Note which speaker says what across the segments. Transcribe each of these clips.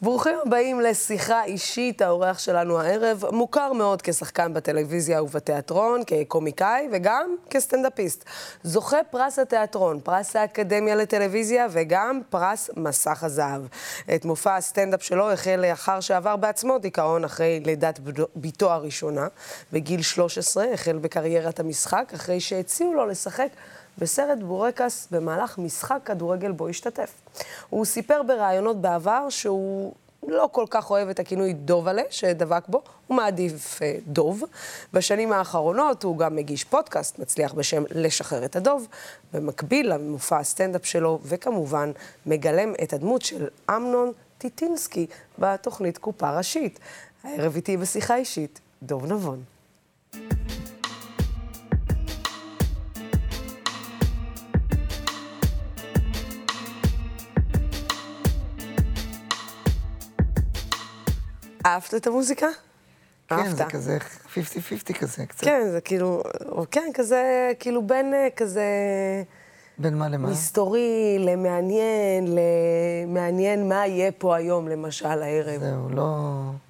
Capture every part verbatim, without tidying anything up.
Speaker 1: ברוכים הבאים לשיחה אישית. האורח שלנו הערב מוכר מאוד כשחקן בטלוויזיה ובתיאטרון, כקומיקאי וגם כסטנדאפיסט. זוכה פרס התיאטרון, פרס האקדמיה לטלוויזיה וגם פרס מסך הזהב. את מופע הסטנדאפ שלו החל לאחר שעבר בעצמו דיכאון אחרי לידת ביתו הראשונה. בגיל שלוש עשרה החל בקריירת המשחק אחרי שהציעו לו לשחק בסרט בורקס במהלך משחק כדורגל בו השתתף. הוא סיפר בראיונות בעבר שהוא לא כל כך אוהב את הכינוי דובלה שדבק בו, הוא מעדיף אה, דוב. בשנים האחרונות הוא גם מגיש פודקאסט מצליח בשם לשחרר את הדוב, במקביל למופע הסטנדאפ שלו, וכמובן מגלם את הדמות של אמנון טיטינסקי בתוכנית קופה ראשית. הערב איתי בשיחה אישית, דוב נבון. אהבת את המוזיקה?
Speaker 2: כן, זה כזה חמישים חמישים כזה, קצת.
Speaker 1: כן, זה כאילו, כן, כזה, כאילו בין כזה...
Speaker 2: בין מה למה?
Speaker 1: מסתורי, למעניין, למעניין מה יהיה פה היום, למשל, הערב.
Speaker 2: זהו, לא...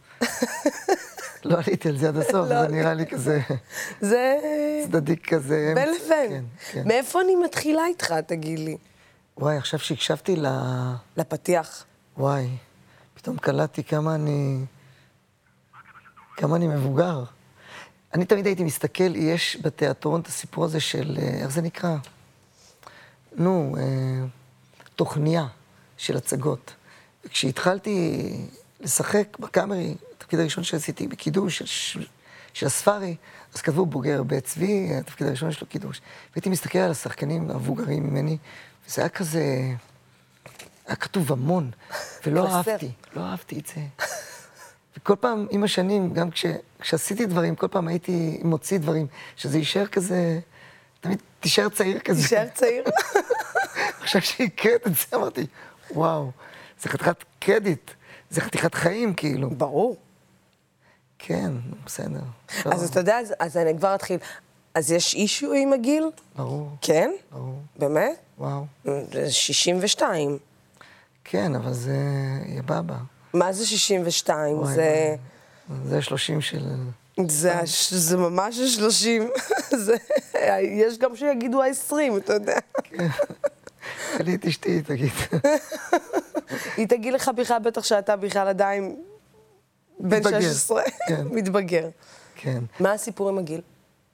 Speaker 2: לא עליתי על זה עד הסוף, זה נראה לי כזה...
Speaker 1: זה...
Speaker 2: צדדיק כזה...
Speaker 1: בין לבין. מאיפה אני מתחילה איתך, תגיד לי?
Speaker 2: וואי, עכשיו שהקשבתי ל...
Speaker 1: לפתיח.
Speaker 2: וואי, פתאום קלטתי כמה אני... כמה אני מבוגר. אני תמיד הייתי מסתכל, יש בתיאטרון את הסיפור הזה של, איך זה נקרא? נו, תוכניה של הצגות. וכשהתחלתי לשחק בקאמרי, התפקיד הראשון שעשיתי בקידוש של, של הספרי, אז כתבו בוגר בצבי, התפקיד הראשון שלו קידוש. והייתי מסתכל על השחקנים המבוגרים ממני, וזה היה כזה, היה כתוב המון, ולא אהבתי, לא אהבתי את זה. וכל פעם, עם השנים, גם כש, כשעשיתי דברים, כל פעם הייתי מוציא דברים, שזה יישאר כזה, תמיד תישאר צעיר כזה.
Speaker 1: תישאר צעיר.
Speaker 2: עכשיו שהקראת את זה, אמרתי, וואו, זה חתיכת קרדיט, זה חתיכת חיים, כאילו.
Speaker 1: ברור.
Speaker 2: כן, בסדר.
Speaker 1: אז אתה יודע, אז אני כבר אתחיל. אז יש אישו עם הגיל?
Speaker 2: ברור.
Speaker 1: כן?
Speaker 2: ברור.
Speaker 1: באמת?
Speaker 2: וואו.
Speaker 1: זה שישים ושתיים.
Speaker 2: כן, אבל זה יבבה.
Speaker 1: מה זה שישים ושתיים? זה...
Speaker 2: זה שלושים של...
Speaker 1: זה, זה ממש שלושים. זה... יש גם שיגידו ה-עשרים, אתה יודע.
Speaker 2: כן. תגיד את אשתי, תגיד.
Speaker 1: היא תגיד לך בכלל, בטח שאתה בכלל עדיין בן שש עשרה.
Speaker 2: כן.
Speaker 1: מתבגר.
Speaker 2: כן.
Speaker 1: מה הסיפור עם הגיל?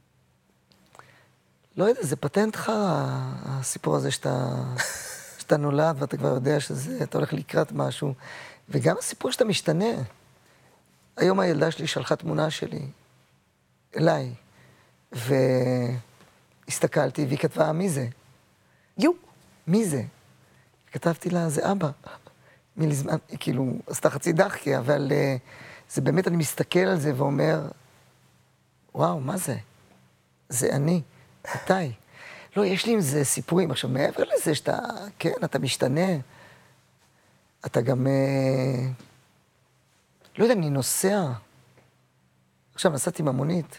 Speaker 2: לא יודע, זה פטנט חרא, הסיפור הזה שאתה, שאתה נולד ואתה כבר יודע שזה, אתה הולך לקראת משהו. וגם הסיפור שאתה משתנה. היום הילדה שלי שלחה תמונה שלי אליי, והסתכלתי, והיא כתבה, מי זה?
Speaker 1: יו.
Speaker 2: מי זה? כתבתי לה, זה אבא. מלזמן, כאילו, עשתה חצי דחקי, אבל uh, זה באמת, אני מסתכל על זה ואומר, וואו, מה זה? זה אני, מתי? לא, יש לי עם זה סיפורים. עכשיו, מעבר לזה שאתה, כן, אתה משתנה, אתה גם, אה, לא יודע, אני נוסע. עכשיו, נסעתי במונית.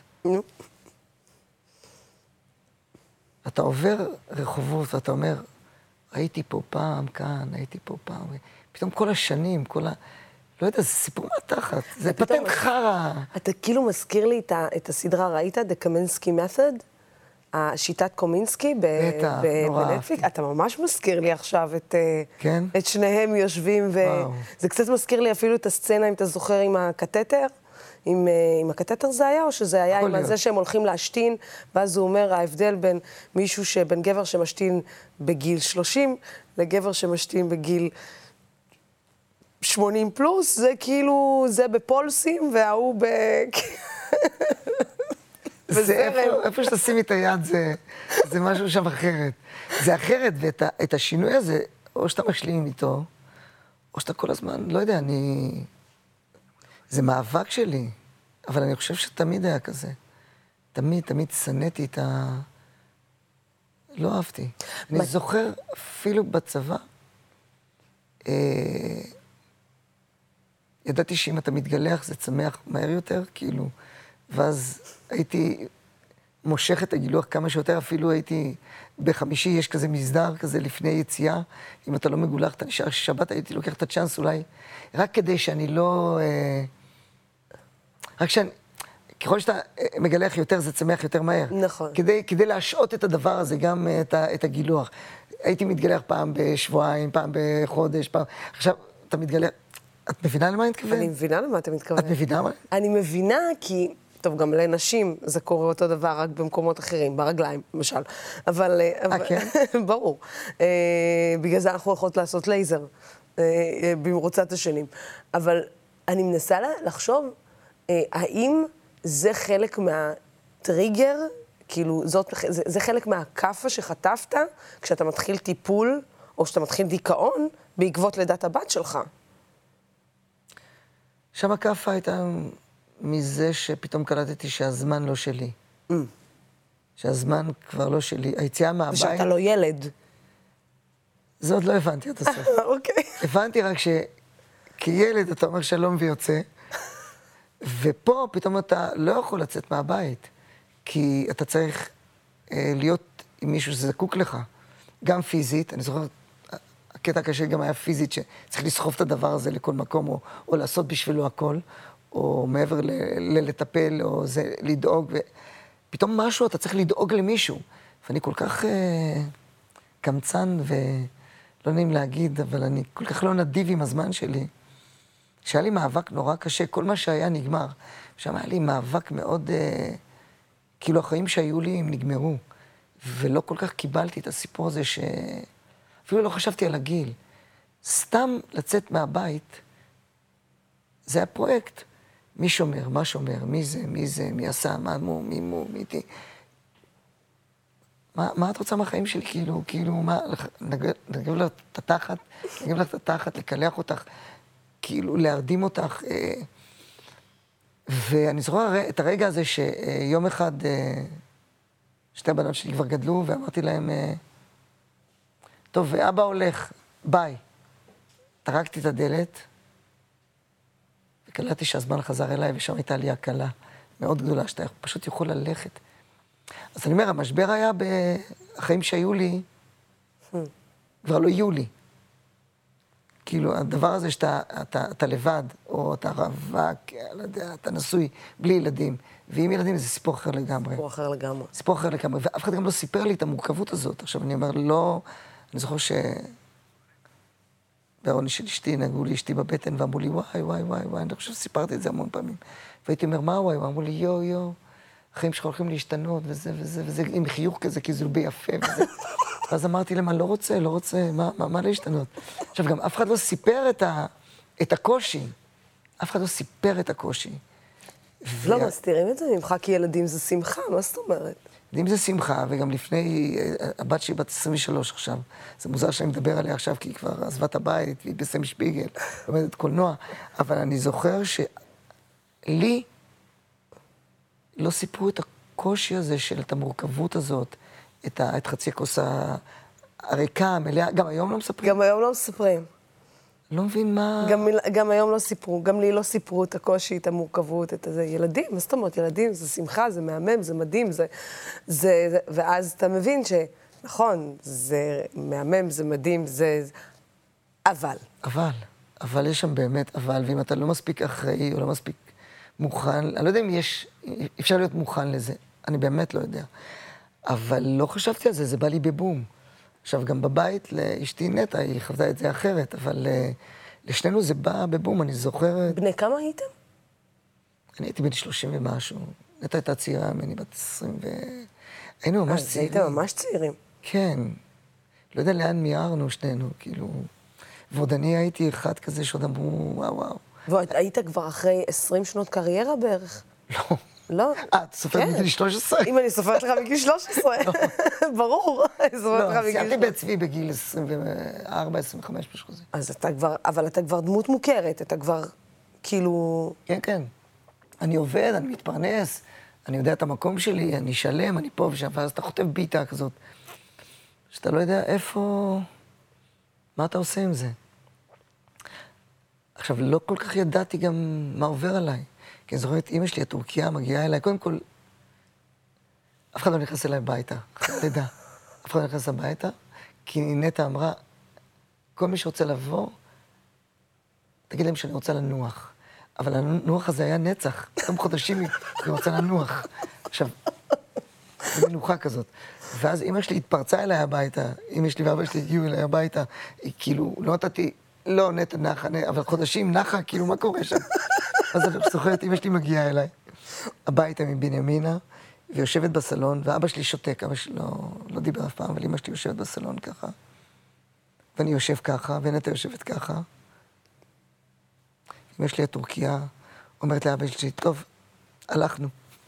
Speaker 2: אתה עובר רחובות, ואתה אומר, הייתי פה פעם, כאן, הייתי פה פעם. פתאום כל השנים, כל ה... לא יודע, זה סיפור מהתחת. זה פטנט חרא.
Speaker 1: אתה כאילו מזכיר לי את הסדרה, ראית? The Kaminsky Method? השיטת קומינסקי בנטפליקס. אתה ממש מזכיר לי עכשיו את שניהם יושבים, וזה קצת מזכיר לי אפילו את הסצנה, אם אתה זוכר, עם הקטטר, עם הקטטר זה היה, או שזה היה עם זה שהם הולכים להשתין, ואז הוא אומר, ההבדל בין מישהו, בין גבר שמשתין בגיל שלושים, לגבר שמשתין בגיל שמונים פלוס, זה כאילו, זה בפולסים, והוא ב...
Speaker 2: זה איפה, איפה שתשים את היד, זה, זה משהו שם אחרת. זה אחרת, ואת את השינוי הזה, או שאתה משלים איתו, או שאתה כל הזמן, לא יודע, אני... זה מאבק שלי, אבל אני חושב שתמיד היה כזה. תמיד, תמיד שנאתי את ה... לא אהבתי. אני מה... זוכר, אפילו בצבא, אה... ידעתי שאם אתה מתגלח זה צמח מהר יותר, כאילו, ואז הייתי מושך את הגילוח כמה שיותר, אפילו הייתי בחמישי, יש כזה מסדר כזה לפני יציאה, אם אתה לא מגולח, אתה נשאר שבת, הייתי לוקח את הצ'אנס אולי, רק כדי שאני לא... אה, רק שאני... ככל שאתה מגלח יותר, זה צמח יותר מהר.
Speaker 1: נכון.
Speaker 2: כדי, כדי להשעות את הדבר הזה, גם את, ה, את הגילוח. הייתי מתגלח פעם בשבועיים, פעם בחודש, פעם... עכשיו, אתה מתגלח... את מבינה למה אני מתכוון?
Speaker 1: אני מבינה למה אתה מתכוון.
Speaker 2: את מבינה מה?
Speaker 1: אני מבינה כי... טוב, גם לנשים זה קורה אותו דבר, רק במקומות אחרים, ברגליים, למשל. אבל...
Speaker 2: אה, כן?
Speaker 1: ברור. בגלל זה אנחנו יכולות לעשות לייזר, במרוצת השנים. אבל אני מנסה לחשוב, האם זה חלק מהטריגר, כאילו, זאת, זה, זה חלק מהקפה שחטפת כשאתה מתחיל טיפול, או כשאתה מתחיל דיכאון, בעקבות לידת הבת שלך?
Speaker 2: שם הקפה הייתה מזה שפתאום קלטתי שהזמן לא שלי. Mm. שהזמן כבר לא שלי. היציאה מהבית...
Speaker 1: ושאתה לא ילד.
Speaker 2: זה עוד לא הבנתי עד הסוף.
Speaker 1: אוקיי.
Speaker 2: הבנתי רק שכילד אתה אומר שלום ויוצא, ופה פתאום אתה לא יכול לצאת מהבית, כי אתה צריך אה, להיות עם מישהו שזקוק לך, גם פיזית, אני זוכר, הקטע הקשה גם היה פיזית, שצריך לסחוב את הדבר הזה לכל מקום, או, או לעשות בשבילו הכל, או מעבר ל, ל, לטפל, או זה, לדאוג, ופתאום משהו, אתה צריך לדאוג למישהו, ואני כל כך אה, קמצן, ולא נעים להגיד, אבל אני כל כך לא נדיב עם הזמן שלי, שהיה לי מאבק נורא קשה, כל מה שהיה נגמר. שם היה לי מאבק מאוד, אה, כאילו החיים שהיו לי הם נגמרו. ולא כל כך קיבלתי את הסיפור הזה ש... אפילו לא חשבתי על הגיל. סתם לצאת מהבית, זה היה פרויקט. מי שומר, מה שומר, מי זה, מי זה, מי עשה, מה מו, מי מו, מי תי... מה, מה את רוצה מהחיים שלי? כאילו, כאילו, מה, נגב לך את התחת, נגב לך את התחת, לקלח אותך. כאילו, להרדים אותך. ואני זוכר את הרגע הזה שיום אחד שתי הבנות שלי כבר גדלו, ואמרתי להם, טוב, אבא הולך, ביי. טרקתי את הדלת, וקלטתי שהזמן חזר אליי, ושם הייתה לי הקלה מאוד גדולה, שאתה פשוט יכול ללכת. אז אני אומר, המשבר היה בחיים שהיו לי, כבר לא יהיו לי. כאילו, הדבר הזה שאתה אתה, אתה לבד, או אתה רווק, לא יודע, אתה נשוי, בלי ילדים. ועם ילדים זה סיפור אחר לגמרי.
Speaker 1: סיפור אחר לגמרי.
Speaker 2: סיפור אחר לגמרי, ואף אחד גם לא סיפר לי את המורכבות הזאת. עכשיו, אני אומר, לא... אני זוכר ש... בעוני של אשתי, נגעו לי אשתי בבטן, ואמרו לי, וואי, וואי, וואי, וואי, אני חושב שסיפרתי את זה המון פעמים. והייתי אומר, מה וואי? ואמרו לי, יו, יו, החיים שלך הולכים להשתנות, וזה, וזה, וזה, עם חיוך כזה, כי זה ביפה, וזה. ואז אמרתי להם, לא רוצה, לא רוצה, מה, מה, מה להשתנות? עכשיו, גם אף אחד לא סיפר את, ה, את הקושי. אף אחד לא סיפר את הקושי.
Speaker 1: לא ו... מסתירים את זה ממך, כי ילדים זה שמחה, מה זאת אומרת?
Speaker 2: ילדים זה שמחה, וגם לפני, הבת שלי בת עשרים ושלוש עכשיו. זה מוזר שאני מדבר עליה עכשיו, כי היא כבר עזבה את הבית, והיא בסמי שפיגל, לומדת קולנוע. אבל אני זוכר שלי לא סיפרו את הקושי הזה של את המורכבות הזאת, את, ה, את חצי הכוס הריקה, המלאה, גם היום לא מספרים.
Speaker 1: גם היום לא מספרים.
Speaker 2: לא מבין מה...
Speaker 1: גם, גם היום לא סיפרו, גם לי לא סיפרו את הקושי, את המורכבות, את זה. ילדים, מה זאת אומרת? ילדים, זה שמחה, זה מהמם, זה מדהים, זה, זה, זה... ואז אתה מבין שנכון, זה מהמם, זה מדהים, זה... אבל.
Speaker 2: אבל, אבל יש שם באמת אבל, ואם אתה לא מספיק אחראי או לא מספיק מוכן, אני לא יודע אם יש, אפשר להיות מוכן לזה, אני באמת לא יודע. אבל לא חשבתי על זה, זה בא לי בבום. עכשיו, גם בבית, לאשתי נטע, היא חוותה את זה אחרת, אבל uh, לשנינו זה בא בבום, אני זוכרת...
Speaker 1: בני כמה הייתם?
Speaker 2: אני הייתי בן שלושים ומשהו. נטע הייתה צעירה ממני, בת עשרים ו... היינו ממש צעירים.
Speaker 1: אז הייתם ממש צעירים.
Speaker 2: כן. לא יודע לאן מיהרנו שנינו, כאילו... ועוד אני הייתי אחד כזה שעוד אמרו, וואו, וואו.
Speaker 1: והיית כבר אחרי עשרים שנות קריירה בערך?
Speaker 2: לא.
Speaker 1: לא?
Speaker 2: אה, את סופרת מגיל שלוש עשרה?
Speaker 1: אם אני סופרת לך מגיל שלוש עשרה, ברור.
Speaker 2: לא, סיימתי בעצמי בגיל עשרים וארבע, עשרים וחמש, משהו כזה.
Speaker 1: אז אתה כבר, אבל אתה כבר דמות מוכרת, אתה כבר, כאילו...
Speaker 2: כן, כן. אני עובד, אני מתפרנס, אני יודע את המקום שלי, אני שלם, אני פה ושם, ואז אתה חוטף ביטה כזאת, שאתה לא יודע איפה... מה אתה עושה עם זה? עכשיו, לא כל כך ידעתי גם מה עובר עליי. כי אני זוכרת, אמא שלי, הטורקיה, מגיעה אליי, קודם כל, אף אחד לא נכנס אליי הביתה, תדע. אף אחד לא נכנס הביתה, כי נטע אמרה, כל מי שרוצה לבוא, תגיד להם שאני רוצה לנוח. אבל הנוח הזה היה נצח, כמה חודשים היא רוצה לנוח. עכשיו, זו מנוחה כזאת. ואז אמא שלי התפרצה אליי הביתה, אמא שלי ואבא שלי הגיעו אליי הביתה, היא כאילו, לא נתתי, לא נטע נחה, אבל חודשים נחה, כאילו, מה קורה שם? אז אני זוכרת, אמא שלי מגיעה אליי, הביתה מבנימינה, ויושבת בסלון, ואבא שלי שותק, אבא שלי לא, לא דיבר אף פעם, אבל אמא שלי יושבת בסלון ככה, ואני יושב ככה, ונטע יושבת ככה. אמא שלי הטורקיה, אומרת לאבא שלי, טוב, הלכנו.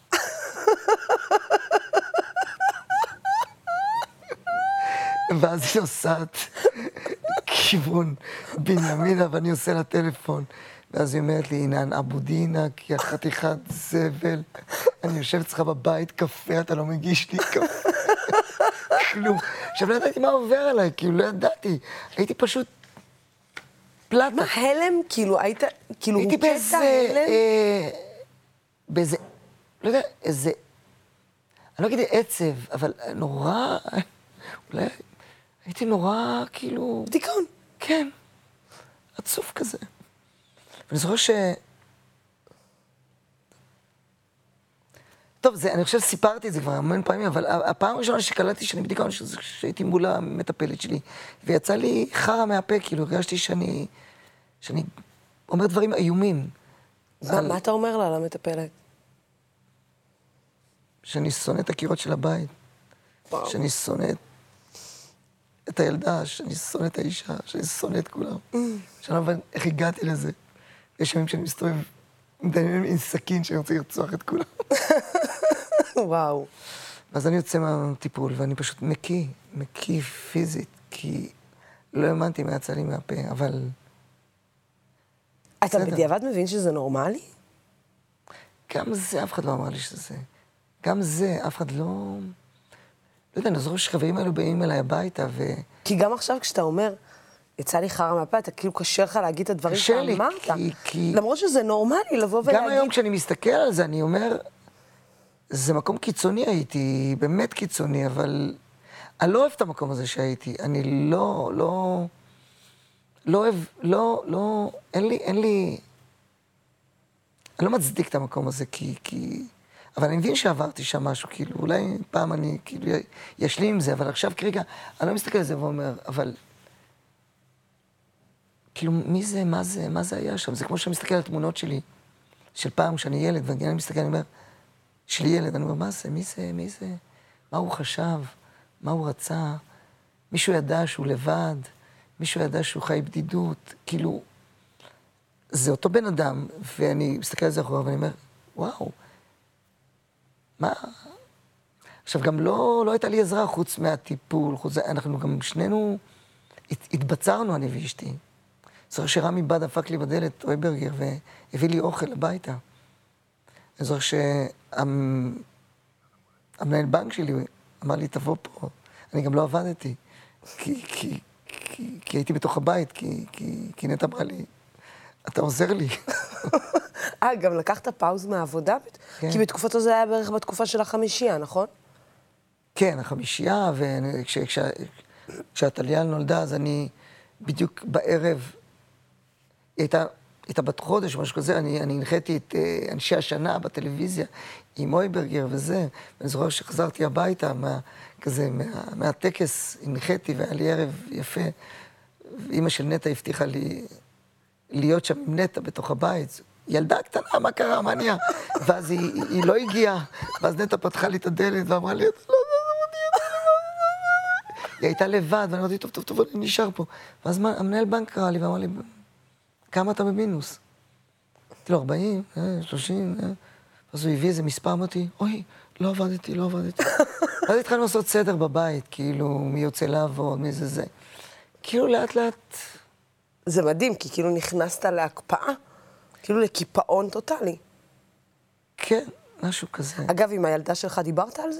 Speaker 2: ואז היא נוסעת כיוון בנימינה, ואני עושה לה טלפון. ואז היא אומרת לי, אינן אבודינה, כי החתיכת זבל. אני יושב אצלך בבית, קפה, אתה לא מגיש לי קפה. כלום. עכשיו, לא ידעתי מה עובר עליי, כאילו, לא ידעתי. הייתי פשוט פלטה.
Speaker 1: מה, הלם? כאילו, היית, כאילו,
Speaker 2: הייתי באיזה, אה, באיזה, לא יודע, איזה, אני לא אגיד עצב, אבל נורא, אולי, הייתי נורא, כאילו...
Speaker 1: דיכאון.
Speaker 2: כן, עצוב כזה. ואני זוכר ש... טוב, זה, אני חושב שסיפרתי את זה כבר המון פעמים, אבל הפעם הראשונה שקלטתי שאני בדיכאון, שהייתי מול המטפלת שלי, ויצא לי חרא מהפה, כאילו, הרגשתי שאני, שאני אומר דברים איומים.
Speaker 1: מה, על... מה אתה אומר לה, למטפלת?
Speaker 2: שאני שונא את הקירות של הבית. וואו. שאני שונא את הילדה, שאני שונא את האישה, שאני שונא את כולם. Mm. שאני לא מבין איך הגעתי לזה. יש ימים שאני מסתובב מדמיין עם סכין שאני רוצה לרצוח את כולם.
Speaker 1: וואו.
Speaker 2: אז אני יוצא מהטיפול, ואני פשוט מקיא, מקיא פיזית, כי לא האמנתי מה יצא לי מהפה, אבל...
Speaker 1: אתה בדיעבד מבין שזה נורמלי?
Speaker 2: גם זה, אף אחד לא אמר לי שזה. גם זה, אף אחד לא... לא יודע, אני זוכר שחברים האלו באים אליי הביתה, ו...
Speaker 1: כי גם עכשיו כשאתה אומר, יצא לי חרא מהפה, אתה כאילו קשה לך להגיד את הדברים שאמרת.
Speaker 2: קשה לי, כי...
Speaker 1: למרות שזה נורמלי לבוא ולהגיד...
Speaker 2: גם היום כשאני מסתכל על זה, אני אומר, זה מקום קיצוני הייתי, באמת קיצוני, אבל... אני לא אוהב את המקום הזה שהייתי. אני לא, לא... לא אוהב, לא, לא... אין לי, אין לי... אני לא מצדיק את המקום הזה, כי... כי... אבל אני מבין שעברתי שם משהו, כאילו, אולי פעם אני, כאילו, ישלים עם זה, אבל עכשיו כרגע, אני לא מסתכל על זה ואומר, אבל... כאילו, מי זה, מה זה, מה זה היה שם? זה כמו שאני מסתכל על תמונות שלי, של פעם, כשאני ילד, ואני מסתכל, אני אומר, שלי ילד, אני אומר, מה זה, מי זה, מי זה? מה הוא חשב? מה הוא רצה? מישהו ידע שהוא לבד? מישהו ידע שהוא חי בדידות? כאילו, זה אותו בן אדם, ואני מסתכל על זה אחורה, ואני אומר, וואו, מה? עכשיו, גם לא, לא הייתה לי עזרה חוץ מהטיפול, חוץ, אנחנו גם שנינו התבצרנו, אני ואשתי. זוכר שרמי בא דפק לי בדלת, אויברגר, והביא לי אוכל הביתה. אני זוכר שהמנהל בנק שלי אמר לי, תבוא פה. אני גם לא עבדתי, כי, כי, כי, כי הייתי בתוך הבית, כי, כי, כי נטע אמרה לי, אתה עוזר לי.
Speaker 1: אה, גם לקחת פאוז מהעבודה? כן. כי בתקופתו זה היה בערך בתקופה של החמישייה, נכון?
Speaker 2: כן, החמישייה, וכשהטליה נולדה, אז אני בדיוק בערב, היא הייתה, הייתה בת חודש או משהו כזה, אני, אני הנחיתי את uh, אנשי השנה בטלוויזיה עם אויברגר וזה, ואני זוכר שחזרתי הביתה מה, כזה, מה, מהטקס, הנחיתי והיה לי ערב יפה, ואמא של נטע הבטיחה לי להיות שם עם נטע בתוך הבית, ילדה קטנה, מה קרה, מה נהיה? ואז היא, היא, היא לא הגיעה, ואז נטע פתחה לי את הדלת ואמרה לי, אתה לא יודע, היא הייתה לבד, ואני אמרתי, טוב, טוב, טוב, אני נשאר פה. ואז המנהל בנק קרא לי ואמר לי, כמה אתה במינוס? אמרתי לו, ארבעים, שלושים, אז הוא הביא איזה מספר, אמרתי, אוי, לא עבדתי, לא עבדתי. אז התחלנו לעשות סדר בבית, כאילו, מי יוצא לעבוד, מי זה זה. כאילו, לאט לאט...
Speaker 1: זה מדהים, כי כאילו נכנסת להקפאה, כאילו לקיפאון טוטלי.
Speaker 2: כן, משהו כזה.
Speaker 1: אגב, עם הילדה שלך דיברת על זה?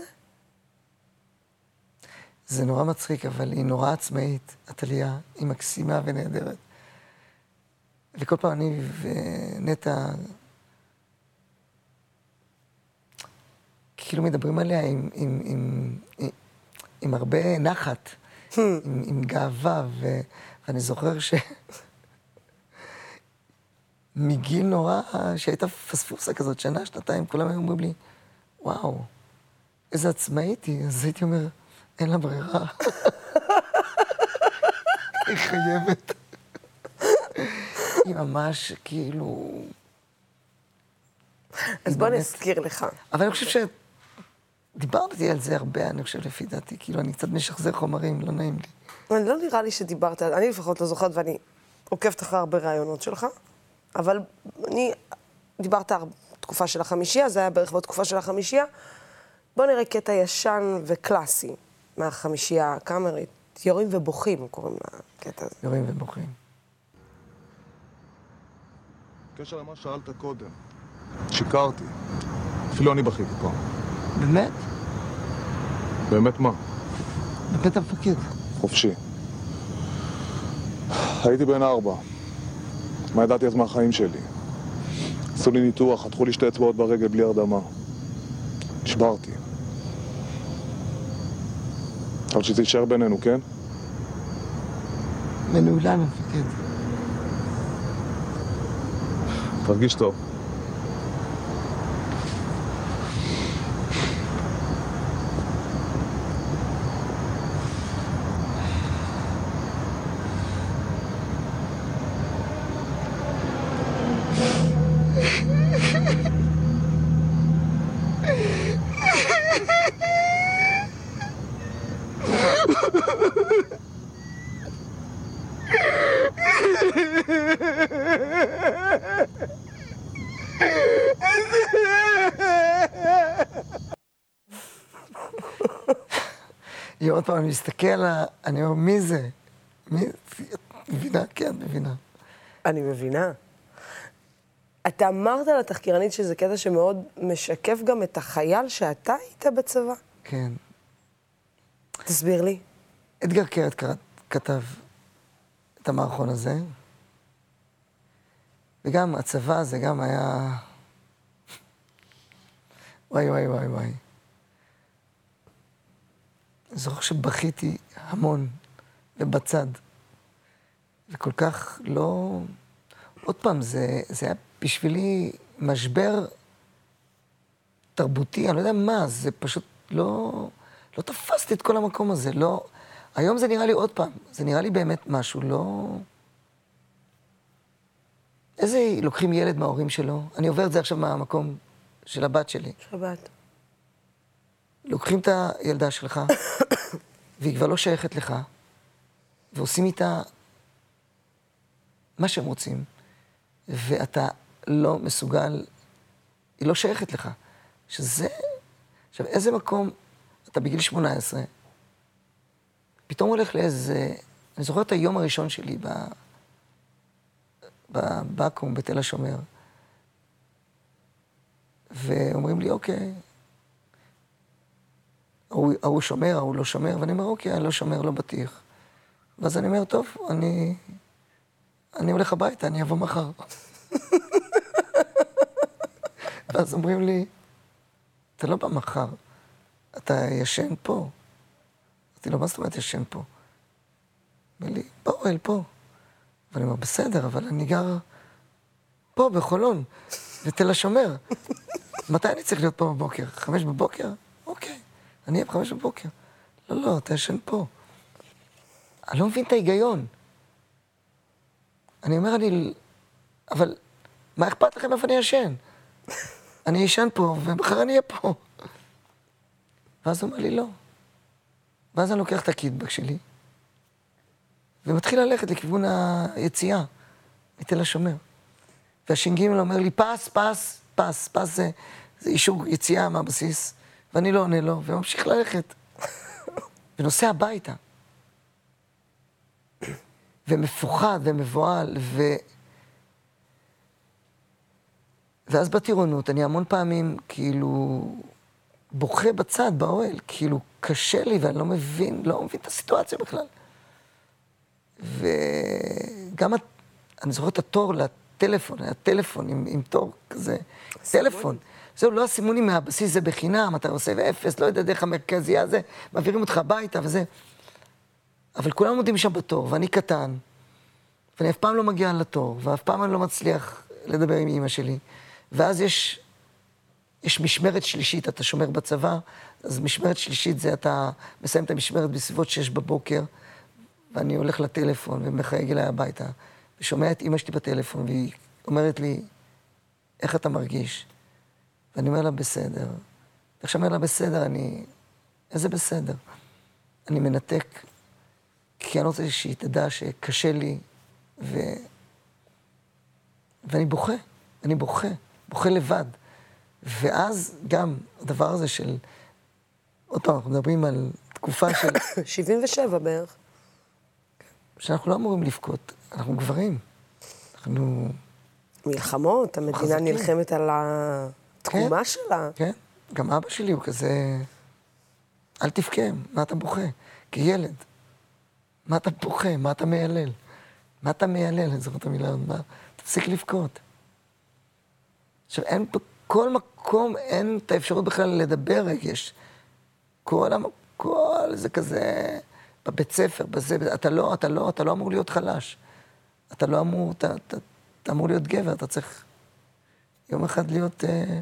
Speaker 2: זה נורא מצחיק, אבל היא נורא עצמאית, הטליה, היא מקסימה ונהדרת. וכל פעם אני ונטע, כאילו מדברים עליה עם, עם, עם, עם, עם הרבה נחת, עם, עם גאווה, ו, ואני זוכר ש... מגיל נורא, שהייתה פספוסה כזאת, שנה, שנתיים, כולם היו אומרים לי, וואו, איזה עצמאית היא, אז הייתי אומר, אין לה ברירה. היא חייבת. היא ממש, כאילו...
Speaker 1: אז בוא נזכיר לך.
Speaker 2: אבל אני חושב ש... דיברתי על זה הרבה, אני חושב, לפי דעתי. כאילו, אני קצת משחזר חומרים, לא נעים לי.
Speaker 1: אני לא נראה לי שדיברת, אני לפחות לא זוכרת, ואני עוקבת אחרי הרבה רעיונות שלך, אבל אני... דיברת על תקופה של החמישייה, זה היה בערך בתקופה של החמישייה. בוא נראה קטע ישן וקלאסי מהחמישייה הקאמרית. יורים ובוכים, קוראים לקטע הזה.
Speaker 2: יורים ובוכים.
Speaker 3: בקשר למה שאלת קודם, שיקרתי. אפילו אני בכיתי פעם.
Speaker 2: באמת?
Speaker 3: באמת מה?
Speaker 2: בבית המפקד.
Speaker 3: חופשי. הייתי בן ארבע. מה ידעתי אז מהחיים שלי? עשו לי ניתוח, חתכו לי שתי אצבעות ברגל בלי הרדמה. נשברתי. אבל שזה יישאר בינינו, כן?
Speaker 2: מנעולה מפקד.
Speaker 3: תרגיש טוב.
Speaker 2: עוד פעם, אני מסתכל על ה... אני אומר, מי זה? מי? את מבינה? כן, את מבינה.
Speaker 1: אני מבינה. אתה אמרת לתחקירנית שזה קטע שמאוד משקף גם את החייל שאתה היית בצבא?
Speaker 2: כן.
Speaker 1: תסביר לי.
Speaker 2: אדגר קרת כתב את המערכון הזה, וגם הצבא הזה גם היה... וואי, וואי, וואי, וואי. אני זוכר שבכיתי המון ובצד, וכל כך לא... עוד פעם, זה, זה היה בשבילי משבר תרבותי, אני לא יודע מה, זה פשוט לא... לא תפסתי את כל המקום הזה, לא... היום זה נראה לי עוד פעם, זה נראה לי באמת משהו, לא... איזה... לוקחים ילד מההורים שלו, אני עובר את זה עכשיו מהמקום של הבת שלי.
Speaker 1: שבת.
Speaker 2: לוקחים את הילדה שלך, והיא כבר לא שייכת לך, ועושים איתה מה שהם רוצים, ואתה לא מסוגל, היא לא שייכת לך. שזה... עכשיו, איזה מקום אתה בגיל שמונה עשרה, פתאום הולך לאיזה... אני זוכר את היום הראשון שלי ב... בבקו"ם, בתל השומר, ואומרים לי, אוקיי, ההוא, ההוא שומר, ההוא לא שומר, ואני אומר, אוקיי, אני לא שומר, לא בטיח. ואז אני אומר, טוב, אני... אני הולך הביתה, אני אבוא מחר. ואז אומרים לי, אתה לא בא מחר, אתה ישן פה. אמרתי לו, מה זאת אומרת ישן פה? אומר לי, באוהל פה. ואני אומר, בסדר, אבל אני גר פה, בחולון, בתל השומר. מתי אני צריך להיות פה בבוקר? חמש בבוקר? אוקיי, אני אהיה בחמש בבוקר. לא, לא, אתה ישן פה. אני לא מבין את ההיגיון. אני אומר, אני... אבל מה אכפת לכם איפה אני ישן? אני ישן פה, ומחר אני אהיה פה. ואז הוא אומר לי, לא. ואז אני לוקח את הקיטבג שלי, ומתחיל ללכת לכיוון היציאה, מתל השומר. והש"ג אומר לי, פס, פס, פס, פס זה, זה אישור יציאה מהבסיס, ואני לא עונה לו, וממשיך ללכת. ונוסע הביתה. ומפוחד ומבועל, ו... ואז בטירונות, אני המון פעמים, כאילו, בוכה בצד, באוהל, כאילו, קשה לי, ואני לא מבין, לא מבין את הסיטואציה בכלל. וגם, אני זוכר את התור לטלפון, היה טלפון עם, עם תור כזה, טלפון. זהו, לא הסימונים מהבסיס זה בחינם, אתה עושה ואפס, לא יודע דרך המרכזייה הזה, מעבירים אותך הביתה וזה. אבל כולם עומדים שם בתור, ואני קטן, ואני אף פעם לא מגיע לתור, ואף פעם אני לא מצליח לדבר עם אמא שלי. ואז יש, יש משמרת שלישית, אתה שומר בצבא, אז משמרת שלישית זה אתה מסיים את המשמרת בסביבות שש בבוקר, ואני הולך לטלפון ומחייג אליי הביתה, ושומע את אמא שלי בטלפון, והיא אומרת לי, איך אתה מרגיש? ואני אומר לה, בסדר. איך שאני אומר לה, בסדר, אני... איזה בסדר? אני מנתק, כי אני רוצה שהיא תדע שקשה לי, ו... ואני בוכה, אני בוכה, בוכה לבד. ואז גם הדבר הזה של... עוד פעם, אנחנו מדברים על תקופה של...
Speaker 1: שבעים ושבע בערך.
Speaker 2: שאנחנו לא אמורים לבכות, אנחנו גברים. אנחנו...
Speaker 1: מלחמות, המדינה
Speaker 2: חזקים.
Speaker 1: נלחמת על התקומה
Speaker 2: כן,
Speaker 1: שלה.
Speaker 2: כן, גם אבא שלי הוא כזה... אל תבכה, מה אתה בוכה? כילד. מה אתה בוכה? מה אתה מיילל? מה אתה מיילל? אני זוכר את המילה, מה? תפסיק לבכות. עכשיו, אין בכל מקום, אין את האפשרות בכלל לדבר רגש. כל המקום, זה כזה... בבית ספר, בזה, אתה לא, אתה לא, אתה לא אמור להיות חלש. אתה לא אמור, אתה, אתה, אתה אמור להיות גבר, אתה צריך יום אחד להיות... אה...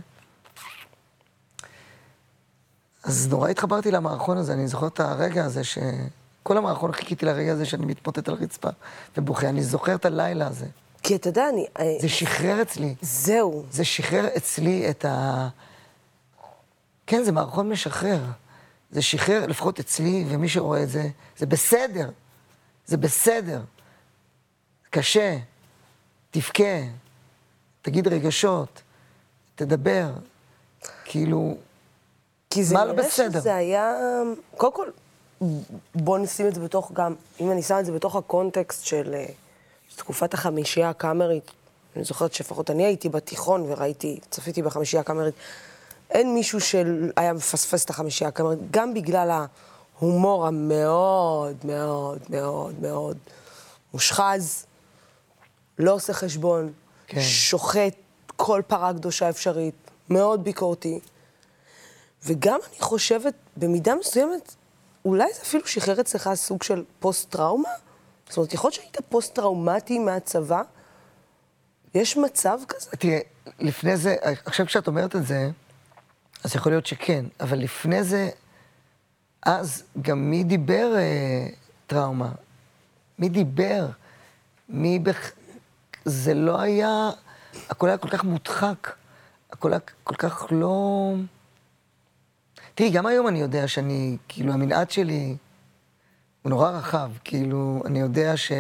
Speaker 2: אז נורא התחברתי למערכון הזה, אני זוכר את הרגע הזה ש... כל המערכון חיכיתי לרגע הזה שאני מתמוטט על רצפה ובוכה, אני זוכר את הלילה הזה.
Speaker 1: כי אתה יודע, אני...
Speaker 2: זה שחרר אצלי.
Speaker 1: זהו.
Speaker 2: זה שחרר אצלי את ה... כן, זה מערכון משחרר. זה שחרר, לפחות אצלי, ומי שרואה את זה, זה בסדר. זה בסדר. קשה. תבכה. תגיד רגשות. תדבר. כאילו...
Speaker 1: כי זה
Speaker 2: מה לא
Speaker 1: נראה
Speaker 2: בסדר?
Speaker 1: שזה היה... קודם כל, בוא נשים את זה בתוך גם... אם אני שם את זה בתוך הקונטקסט של תקופת החמישייה הקאמרית, אני זוכרת שפחות אני הייתי בתיכון וראיתי, צפיתי בחמישייה הקאמרית, אין מישהו שהיה מפספס את החמישייה הקאמרית, גם בגלל ההומור המאוד מאוד מאוד מאוד מושחז, לא עושה חשבון,
Speaker 2: כן.
Speaker 1: שוחט כל פרה קדושה אפשרית, מאוד ביקורתי. וגם אני חושבת, במידה מסוימת, אולי זה אפילו שחרר אצלך סוג של פוסט-טראומה? זאת אומרת, יכול להיות שהיית פוסט-טראומטי מהצבא? יש מצב כזה?
Speaker 2: תראה, לפני זה, עכשיו כשאת אומרת את זה, אז יכול להיות שכן, אבל לפני זה, אז גם מי דיבר אה, טראומה? מי דיבר? מי בח... זה לא היה... הכל היה כל כך מודחק, הכל היה כל כך לא... תראי, גם היום אני יודע שאני, כאילו, המנעד שלי הוא נורא רחב, כאילו, אני יודע ש...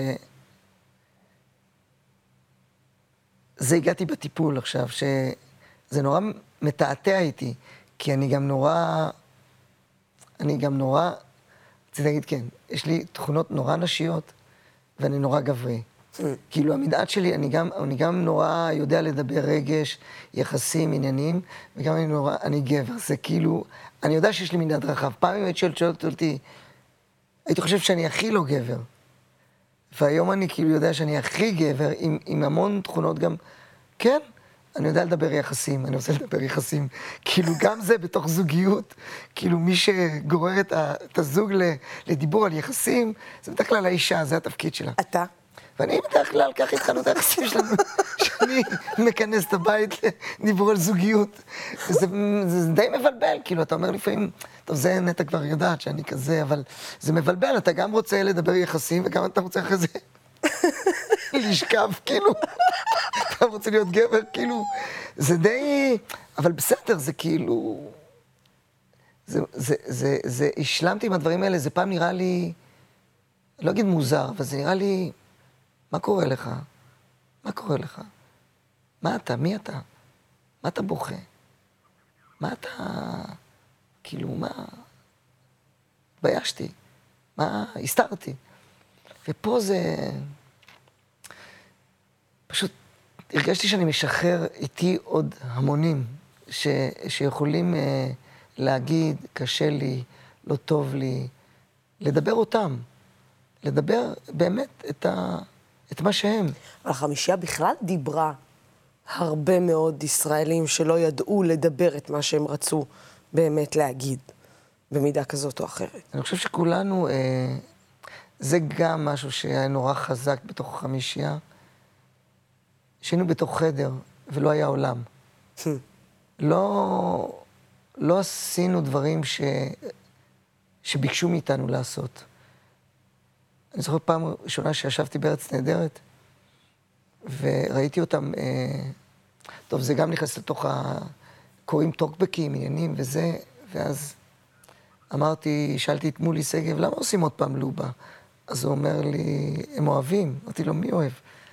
Speaker 2: זה הגעתי בטיפול עכשיו, שזה נורא מתעתע איתי, כי אני גם נורא... אני גם נורא... רציתי להגיד, כן, יש לי תכונות נורא נשיות, ואני נורא גברי. כאילו, המנעד שלי, אני גם, אני גם נורא יודע לדבר רגש, יחסים, עניינים, וגם אני נורא, אני גבר. זה כאילו, אני יודע שיש לי מנעד רחב. פעם אם היית שואלת, שואלת אותי, הייתי חושב שאני הכי לא גבר. והיום אני כאילו יודע שאני הכי גבר, עם, עם המון תכונות גם, כן, אני יודע לדבר יחסים, אני רוצה לדבר יחסים. כאילו, גם זה בתוך זוגיות, כאילו, מי שגורר את, ה, את הזוג לדיבור על יחסים, זה בדרך כלל האישה, זה התפקיד שלה.
Speaker 1: אתה?
Speaker 2: ואני בדרך כלל, ככה התחלנו את היחסים שלנו, שאני מכנס את הבית לדיבור על זוגיות. זה, זה די מבלבל, כאילו, אתה אומר לפעמים, טוב, זה נטע כבר יודעת שאני כזה, אבל זה מבלבל, אתה גם רוצה לדבר יחסים, וגם אתה רוצה אחרי זה לשכב, כאילו, אתה רוצה להיות גבר, כאילו, זה די, אבל בסדר, זה כאילו, זה, זה, זה, זה, השלמתי עם הדברים האלה, זה פעם נראה לי, לא אגיד מוזר, אבל זה נראה לי, מה קורה לך? מה קורה לך? מה אתה? מי אתה? מה אתה בוכה? מה אתה... כאילו, מה... התביישתי. מה... הסתרתי. ופה זה... פשוט הרגשתי שאני משחרר איתי עוד המונים ש... שיכולים אה, להגיד, קשה לי, לא טוב לי, לדבר אותם. לדבר באמת את ה... את מה שהם.
Speaker 1: אבל החמישייה בכלל דיברה הרבה מאוד ישראלים שלא ידעו לדבר את מה שהם רצו באמת להגיד, במידה כזאת או אחרת.
Speaker 2: אני חושב שכולנו, אה, זה גם משהו שהיה נורא חזק בתוך החמישייה, שהיינו בתוך חדר ולא היה עולם. לא, לא עשינו דברים ש, שביקשו מאיתנו לעשות. אני זוכר פעם ראשונה שישבתי בארץ נהדרת, וראיתי אותם, אה, טוב, זה גם נכנס לתוך ה... קוראים טוקבקים, עניינים וזה, ואז אמרתי, שאלתי את מולי סגב, למה עושים עוד פעם לובה? אז הוא אומר לי, הם אוהבים. אמרתי לו, מי אוהב?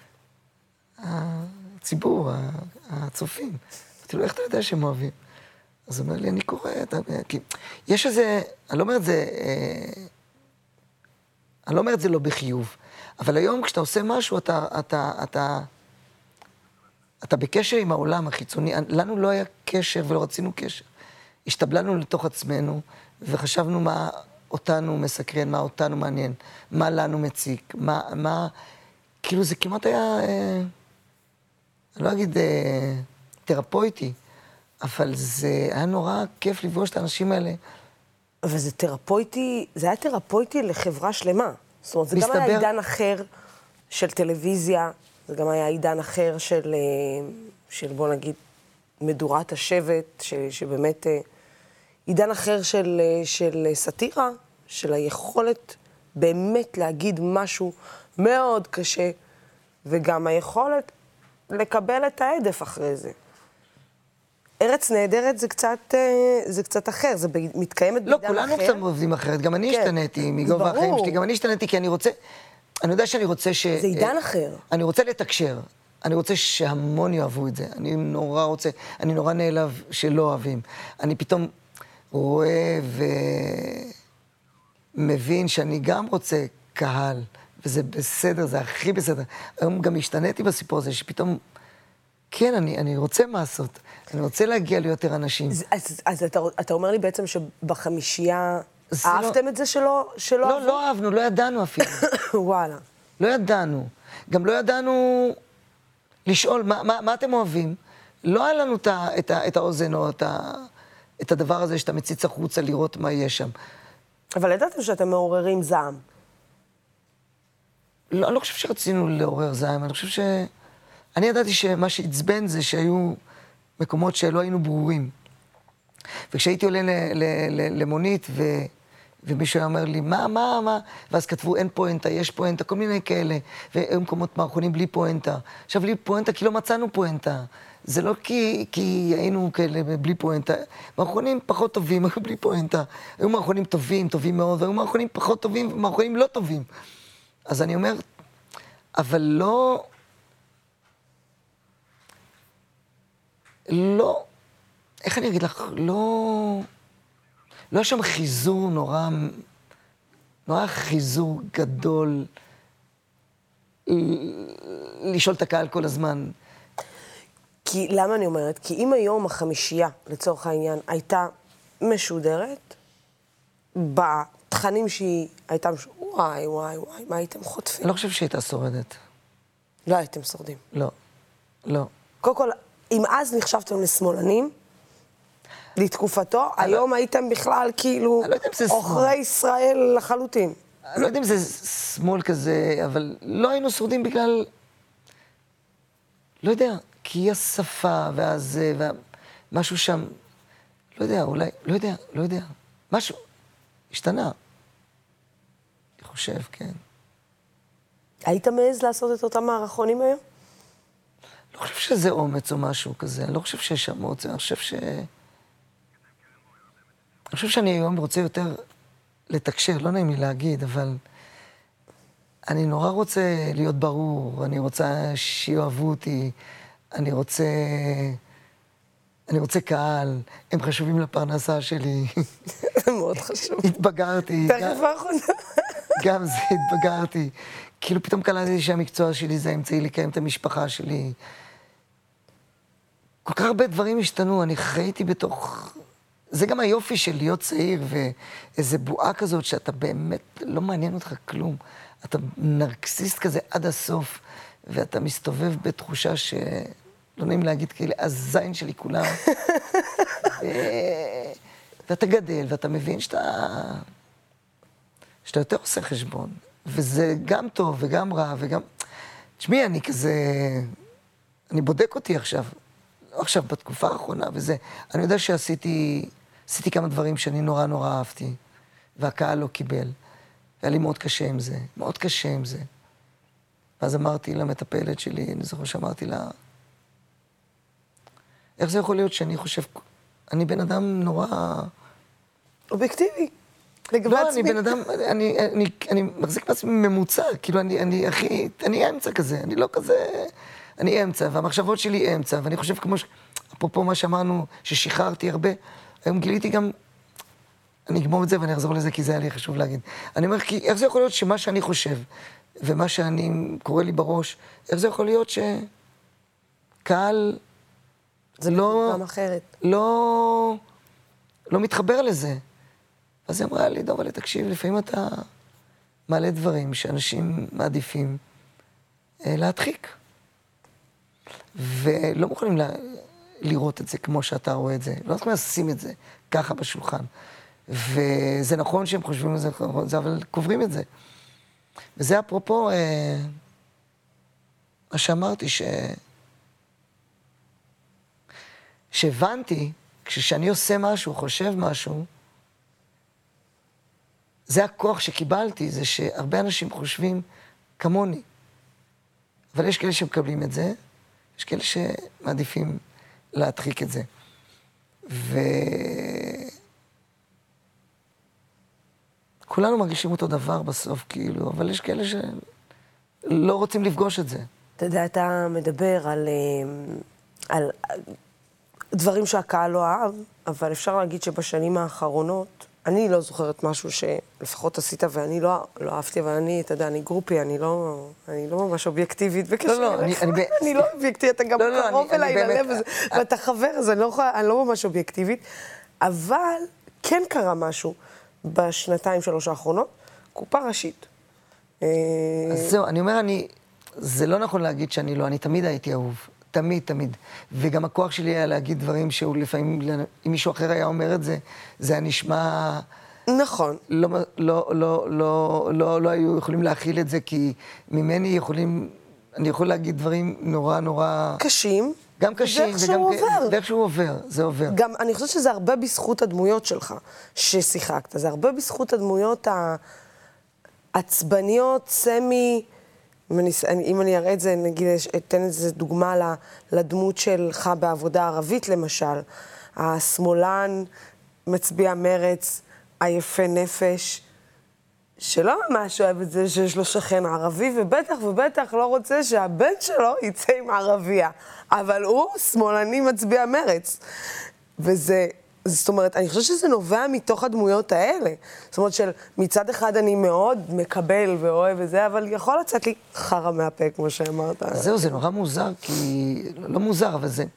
Speaker 2: הציבור, הצופים. אמרתי לו, איך אתה יודע שהם אוהבים? אז הוא אומר לי, אני קורא, אתה... כי יש איזה, אני לא אומר את זה, אה, אני לא אומר את זה לא בחיוב, אבל היום כשאתה עושה משהו, אתה, אתה, אתה, אתה בקשר עם העולם החיצוני. לנו לא היה קשר ולא רצינו קשר. השתבלנו לתוך עצמנו, וחשבנו מה אותנו מסקרן, מה אותנו מעניין, מה לנו מציק, מה, מה... כאילו זה כמעט היה, אה, אני לא אגיד אה, תרפויטי, אבל זה היה נורא כיף לפגוש את האנשים האלה.
Speaker 1: אבל זה תרפויטי, זה היה תרפויטי לחברה שלמה. זאת אומרת, זה
Speaker 2: מסתבר...
Speaker 1: גם היה עידן אחר של טלוויזיה, זה גם היה עידן אחר של, של בוא נגיד, מדורת השבט, ש, שבאמת... עידן אחר של, של סטירה, של היכולת באמת להגיד משהו מאוד קשה, וגם היכולת לקבל את העדף אחרי זה. ארץ נהדרת זה קצת, זה קצת אחר, זה מתקיימת בעידן אחר.
Speaker 2: לא, כולנו קצת עובדים אחרת, גם אני
Speaker 1: כן.
Speaker 2: השתניתי מגובה החיים שלי, גם אני השתניתי כי אני רוצה, אני יודע שאני רוצה ש...
Speaker 1: זה עידן אחר.
Speaker 2: אני רוצה לתקשר, אני רוצה שהמון יאהבו את זה, אני נורא רוצה, אני נורא נעלב שלא אוהבים. אני פתאום רואה ומבין שאני גם רוצה קהל, וזה בסדר, זה הכי בסדר. היום גם השתניתי בסיפור הזה, שפתאום, כן, אני, אני רוצה מעשות, אני רוצה להגיע ליותר אנשים.
Speaker 1: אז, אז, אז אתה, אתה אומר לי בעצם שבחמישייה אהבתם לא, את זה שלא, שלא
Speaker 2: לא,
Speaker 1: אהבו?
Speaker 2: לא אהבנו, לא ידענו אפילו.
Speaker 1: וואלה.
Speaker 2: לא ידענו. גם לא ידענו לשאול, מה, מה, מה אתם אוהבים? לא היה לנו את, את, את האוזן או את, ה, את הדבר הזה שאתה מציץ החוצה לראות מה יש שם.
Speaker 1: אבל ידעתם שאתם מעוררים זעם.
Speaker 2: לא, אני לא חושב שרצינו לעורר זעם, אני חושב ש... אני ידעתי שמה שהצבן זה שהיו מקומות שלא היינו ברורים. וכשהייתי עולה ל, ל, ל, למונית ו, ומישהו היה אומר לי, מה, מה, מה? ואז כתבו, אין פואנטה, יש פואנטה, כל מיני כאלה. והיו מקומות מערכונים בלי פואנטה. עכשיו, בלי פואנטה כי לא מצאנו פואנטה. זה לא כי, כי היינו כאלה בלי פואנטה. מערכונים פחות טובים, היו בלי פואנטה. היו מערכונים טובים, טובים מאוד, והיו מערכונים פחות טובים ומערכונים לא טובים. אז אני אומר, אבל לא... לא... איך אני אגיד לך? לא... לא היה שם חיזור נורא... נורא חיזור גדול לשאול את הקהל כל הזמן.
Speaker 1: כי, למה אני אומרת? כי אם היום החמישייה, לצורך העניין, הייתה משודרת, בתכנים שהיא הייתה משודרת, וואי, וואי, וואי, מה הייתם חוטפים?
Speaker 2: אני לא חושב שהייתה שורדת.
Speaker 1: לא הייתם שורדים.
Speaker 2: לא, לא.
Speaker 1: קודם כל, אם אז נחשבתם לשמאלנים, לתקופתו, היום הייתם בכלל כאילו עוכרי ישראל לחלוטין.
Speaker 2: אני לא יודע אם זה שמאל כזה, אבל לא היינו שורדים בגלל... לא יודע, כי השפה והזה, ומשהו שם... לא יודע, אולי... לא יודע, לא יודע. משהו השתנה. אני חושב, כן.
Speaker 1: היית מעז לעשות את אותם מערכונים היום?
Speaker 2: לא חושב שזה אומץ או משהו כזה, אני לא חושב שיש שם אומץ, אני חושב ש... אני חושב שאני היום רוצה יותר לתקשר, לא נעים לי להגיד, אבל אני נורא רוצה להיות ברור, אני רוצה שיאהבו אותי, אני רוצה... אני רוצה קהל, הם חשובים לפרנסה שלי.
Speaker 1: זה מאוד חשוב.
Speaker 2: התבגרתי.
Speaker 1: תכף האחרונה.
Speaker 2: גם זה, התבגרתי. כאילו פתאום קלטתי שהמקצוע שלי זה האמצעי לקיים את המשפחה שלי. כל כך הרבה דברים השתנו, אני חייתי בתוך... זה גם היופי של להיות צעיר, ואיזה בועה כזאת שאתה באמת לא מעניין אותך כלום. אתה נרקסיסט כזה עד הסוף, ואתה מסתובב בתחושה ש... לא נעים להגיד כאלה, הזין שלי כולם. ו... ואתה גדל, ואתה מבין שאתה... שאתה יותר עושה חשבון. וזה גם טוב וגם רע וגם... תשמעי, אני כזה... אני בודק אותי עכשיו. לא עכשיו, בתקופה האחרונה וזה. אני יודע שעשיתי... עשיתי כמה דברים שאני נורא נורא אהבתי, והקהל לא קיבל. היה לי מאוד קשה עם זה, מאוד קשה עם זה. ואז אמרתי למטפלת שלי, אני זוכר שאמרתי לה, איך זה יכול להיות שאני חושב, אני בן אדם נורא...
Speaker 1: אובייקטיבי. לגבי
Speaker 2: לא,
Speaker 1: עצמי.
Speaker 2: אני בן אדם, אני, אני, אני מחזיק מעצמי ממוצע, כאילו אני, אני, אחי, אני אמצע כזה, אני לא כזה, אני אמצע, והמחשבות שלי אמצע, ואני חושב כמו, ש... אפרופו מה שאמרנו, ששחררתי הרבה, היום גיליתי גם, אני אגמור את זה ואני אחזור לזה, כי זה היה לי חשוב להגיד. אני אומר, כי איך זה יכול להיות שמה שאני חושב, ומה שאני קורא לי בראש, איך זה יכול להיות שקהל
Speaker 1: זה
Speaker 2: לא...
Speaker 1: פעם אחרת.
Speaker 2: לא... לא מתחבר לזה. אז היא אמרה לי, דוב, אבל תקשיב, לפעמים אתה מעלה דברים שאנשים מעדיפים אה, להדחיק. ולא מוכנים לה... לראות את זה כמו שאתה רואה את זה. לא יכולים לשים את זה ככה בשולחן. וזה נכון שהם חושבים את זה, אבל קוברים את זה. וזה אפרופו אה, מה שאמרתי, ש... שהבנתי, כשאני עושה משהו, חושב משהו, זה הכוח שקיבלתי, זה שהרבה אנשים חושבים כמוני. אבל יש כאלה שמקבלים את זה, יש כאלה שמעדיפים להדחיק את זה. ו... כולנו מרגישים אותו דבר בסוף, כאילו, אבל יש כאלה שלא רוצים לפגוש את זה.
Speaker 1: אתה יודע, אתה מדבר על, על, על דברים שהקהל לא אהב, אבל אפשר להגיד שבשנים האחרונות, אני לא זוכרת משהו שלפחות עשית ואני לא, לא אהבתי, אבל אני, אתה יודע, אני גרופי, אני לא, אני לא ממש אובייקטיבית בקשר.
Speaker 2: לא, לא, אני, אני,
Speaker 1: אני לא אובייקטיבית, אתה גם
Speaker 2: לא, לא,
Speaker 1: קרוב
Speaker 2: אני,
Speaker 1: אליי
Speaker 2: אני
Speaker 1: ללב,
Speaker 2: באמת...
Speaker 1: ואתה חבר, אז אני לא, אני לא ממש אובייקטיבית, אבל כן קרה משהו בשנתיים, שלוש האחרונות, קופה ראשית.
Speaker 2: אז זהו, אני אומר, אני, זה לא נכון להגיד שאני לא, אני תמיד הייתי אהוב. תמיד, תמיד. וגם הכוח שלי היה להגיד דברים שהוא לפעמים, אם מישהו אחר היה אומר את זה, זה היה נשמע...
Speaker 1: נכון.
Speaker 2: לא, לא, לא, לא, לא, לא היו יכולים להכיל את זה, כי ממני יכולים, אני יכול להגיד דברים נורא, נורא...
Speaker 1: קשים.
Speaker 2: גם קשים,
Speaker 1: ואיך שהוא עובר.
Speaker 2: ואיך שהוא עובר, זה עובר.
Speaker 1: גם, אני חושבת שזה הרבה בזכות הדמויות שלך ששיחקת. זה הרבה בזכות הדמויות העצבניות, סמי... אם אני, אם אני אראה את זה, נגיד, אתן איזה דוגמה לדמות שלך בעבודה ערבית, למשל. השמאלן, מצביע מרץ, היפה נפש, שלא ממש אוהב את זה שיש לו שכן ערבי, ובטח ובטח לא רוצה שהבן שלו יצא עם ערבייה. אבל הוא שמאלני מצביע מרץ. וזה... זאת אומרת, אני חושבת שזה נובע מתוך הדמויות האלה. זאת אומרת של מצד אחד אני מאוד מקבל ואוהב וזה, אבל יכול לצאת לי חרא מהפה, כמו שאמרת.
Speaker 2: זהו, זה נורא מוזר, כי... לא מוזר, אבל זה...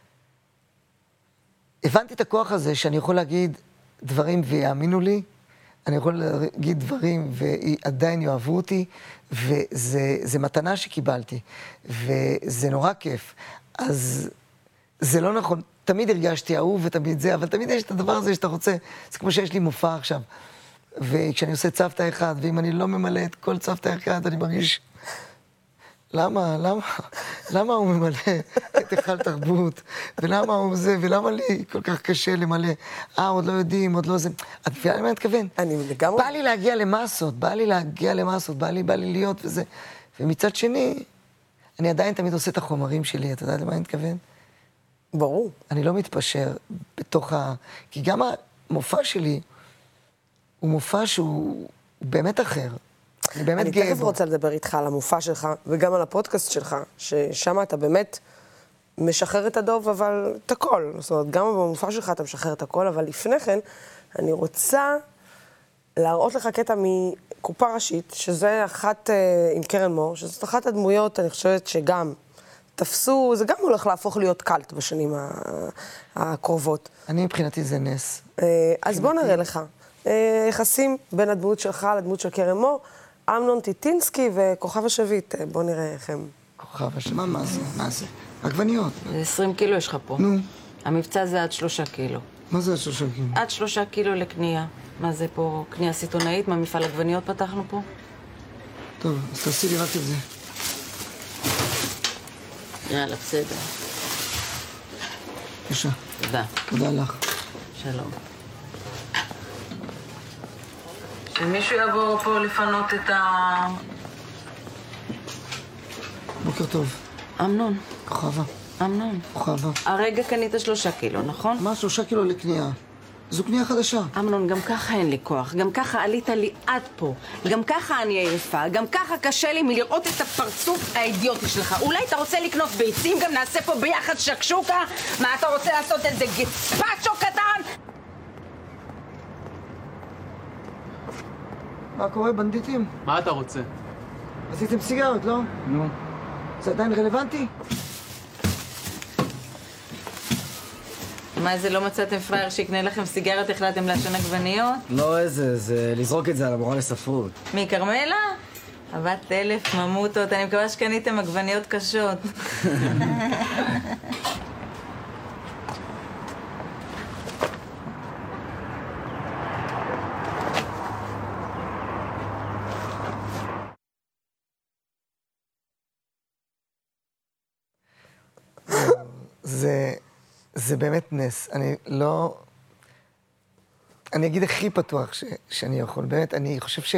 Speaker 2: הבנתי את הכוח הזה שאני יכול להגיד דברים ויאמינו לי, אני יכול להגיד דברים ועדיין יאהבו אותי, וזה מתנה שקיבלתי, וזה נורא כיף. אז זה לא נכון. תמיד הרגשתי אהוב ותמיד זה, אבל תמיד יש את הדבר הזה שאתה רוצה. זה כמו שיש לי מופע עכשיו. וכשאני עושה צוותא אחד, ואם אני לא ממלא את כל צוותא אחד, אני מרגיש... למה? למה? למה הוא ממלא את היכל תרבות? ולמה הוא זה? ולמה לי כל כך קשה למלא? אה, עוד לא יודעים, עוד לא זה... את מבינה למה אני מתכוון?
Speaker 1: אני לגמרי...
Speaker 2: בא לי להגיע למסות, בא לי להגיע למסות, בא לי, בא לי להיות וזה. ומצד שני, אני עדיין תמיד עושה את החומרים שלי, אתה יודע למה אני מתכוון?
Speaker 1: ברור.
Speaker 2: אני לא מתפשר בתוך ה... כי גם המופע שלי הוא מופע שהוא באמת אחר. אני באמת גאה בו.
Speaker 1: אני תכף רוצה לדבר איתך על המופע שלך, וגם על הפודקאסט שלך, ששם אתה באמת משחרר את הדוב, אבל את הכל. זאת אומרת, גם במופע שלך אתה משחרר את הכל, אבל לפני כן, אני רוצה להראות לך קטע מקופה ראשית, שזה אחת עם קרן מור, שזאת אחת הדמויות, אני חושבת שגם תפסו, זה גם הולך להפוך להיות קלט בשנים הקרובות.
Speaker 2: אני מבחינתי זה נס.
Speaker 1: אז בוא נראה לך. יחסים בין הדמות שלך לדמות של קרן מור, אמנון טיטינסקי וכוכב השביט. בוא נראה איך הם
Speaker 2: כוכב השמה, מה זה? מה זה? עגבניות.
Speaker 4: עשרים קילו יש לך פה.
Speaker 2: נו.
Speaker 4: המבצע זה עד שלושה קילו.
Speaker 2: מה זה שלושה קילו?
Speaker 4: עד שלושה קילו לקנייה. מה זה פה? קנייה סיטונאית? מה מפעל עגבניות פתחנו פה?
Speaker 2: טוב, אז תעשי לי רק את זה.
Speaker 4: יאללה, בסדר.
Speaker 2: בבקשה.
Speaker 4: תודה.
Speaker 2: תודה לך.
Speaker 4: שלום. שמישהו יבוא פה לפנות את ה...
Speaker 2: בוקר טוב.
Speaker 4: אמנון.
Speaker 2: כוכבה.
Speaker 4: אמנון.
Speaker 2: כוכבה.
Speaker 4: הרגע קנית שלושה קילו, נכון?
Speaker 2: מה? שלושה קילו לקנייה. זו קנייה חדשה.
Speaker 4: אמנון, גם ככה אין לי כוח. גם ככה עלית לי עד פה. גם ככה אני עייפה. גם ככה קשה לי מלראות את הפרצוף האידיוטי שלך. אולי אתה רוצה לקנות ביצים? גם נעשה פה ביחד שקשוקה? מה, אתה רוצה לעשות איזה גצפצ'ו קטן?
Speaker 2: מה קורה, בנדיטים?
Speaker 5: מה אתה רוצה?
Speaker 2: עשיתם סיגרות, לא?
Speaker 5: נו.
Speaker 2: זה עדיין רלוונטי?
Speaker 4: מה, זה לא מצאתם פרייר שיקנה לכם סיגרת, החלטתם לעשן עגבניות?
Speaker 5: לא איזה, זה לזרוק את זה על המורה לספרות.
Speaker 4: מי, כרמלה? אהבת אלף, ממוטות, אני מקווה שקניתם עגבניות קשות.
Speaker 2: זה, זה באמת נס. אני לא... אני אגיד הכי פתוח ש, שאני יכול. באמת, אני חושב ש...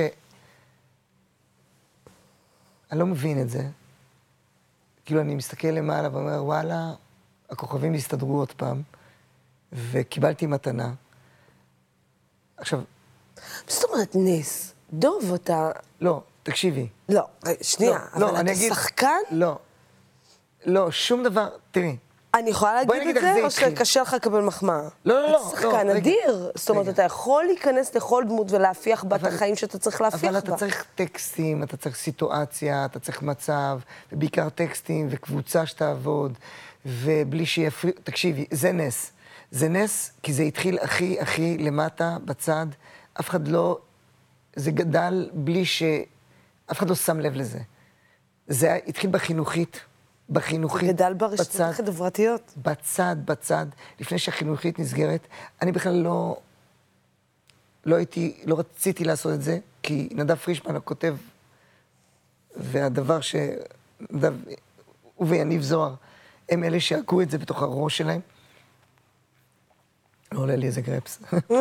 Speaker 2: אני לא מבין את זה. כאילו, אני מסתכל למעלה ואומר, וואלה, הכוכבים הסתדרו עוד פעם, וקיבלתי מתנה. עכשיו...
Speaker 1: זאת אומרת, נס. דוב, אתה...
Speaker 2: לא, תקשיבי.
Speaker 1: לא, שנייה,
Speaker 2: לא,
Speaker 1: אבל
Speaker 2: לא,
Speaker 1: אתה
Speaker 2: אני אגיד-
Speaker 1: שחקן?
Speaker 2: לא. לא, שום דבר... תראי.
Speaker 1: אני יכולה
Speaker 2: בואי
Speaker 1: להגיד
Speaker 2: נגיד
Speaker 1: את
Speaker 2: איך
Speaker 1: זה,
Speaker 2: זה
Speaker 1: או
Speaker 2: התחיל.
Speaker 1: שקשה לך לקבל מחמאה?
Speaker 2: לא, לא, לא,
Speaker 1: אתה שחקן
Speaker 2: לא, רגע.
Speaker 1: אדיר. זאת אומרת,
Speaker 2: רגע.
Speaker 1: אתה יכול להיכנס לכל דמות ולהפיח בה את
Speaker 2: אבל-
Speaker 1: החיים שאתה צריך להפיח בה.
Speaker 2: אבל אתה צריך טקסטים, אתה צריך סיטואציה, אתה צריך מצב, ובעיקר טקסטים וקבוצה שתעבוד, ובלי שיפריע... תקשיבי, זה נס. זה נס כי זה התחיל הכי הכי למטה, בצד. אף אחד לא... זה גדל בלי ש... אף אחד לא שם לב לזה. זה היה- התחיל בחינוכית, בחינוכית,
Speaker 1: גדל ברשתות
Speaker 2: בצד.
Speaker 1: החברתיות.
Speaker 2: בצד, בצד, לפני שהחינוכית נסגרת. אני בכלל לא... לא הייתי, לא רציתי לעשות את זה, כי נדב פרישמן הכותב, והדבר ש... נדב, הוא ויניב זוהר, הם אלה שהגו את זה בתוך הראש שלהם. לא עולה לי איזה גרפס.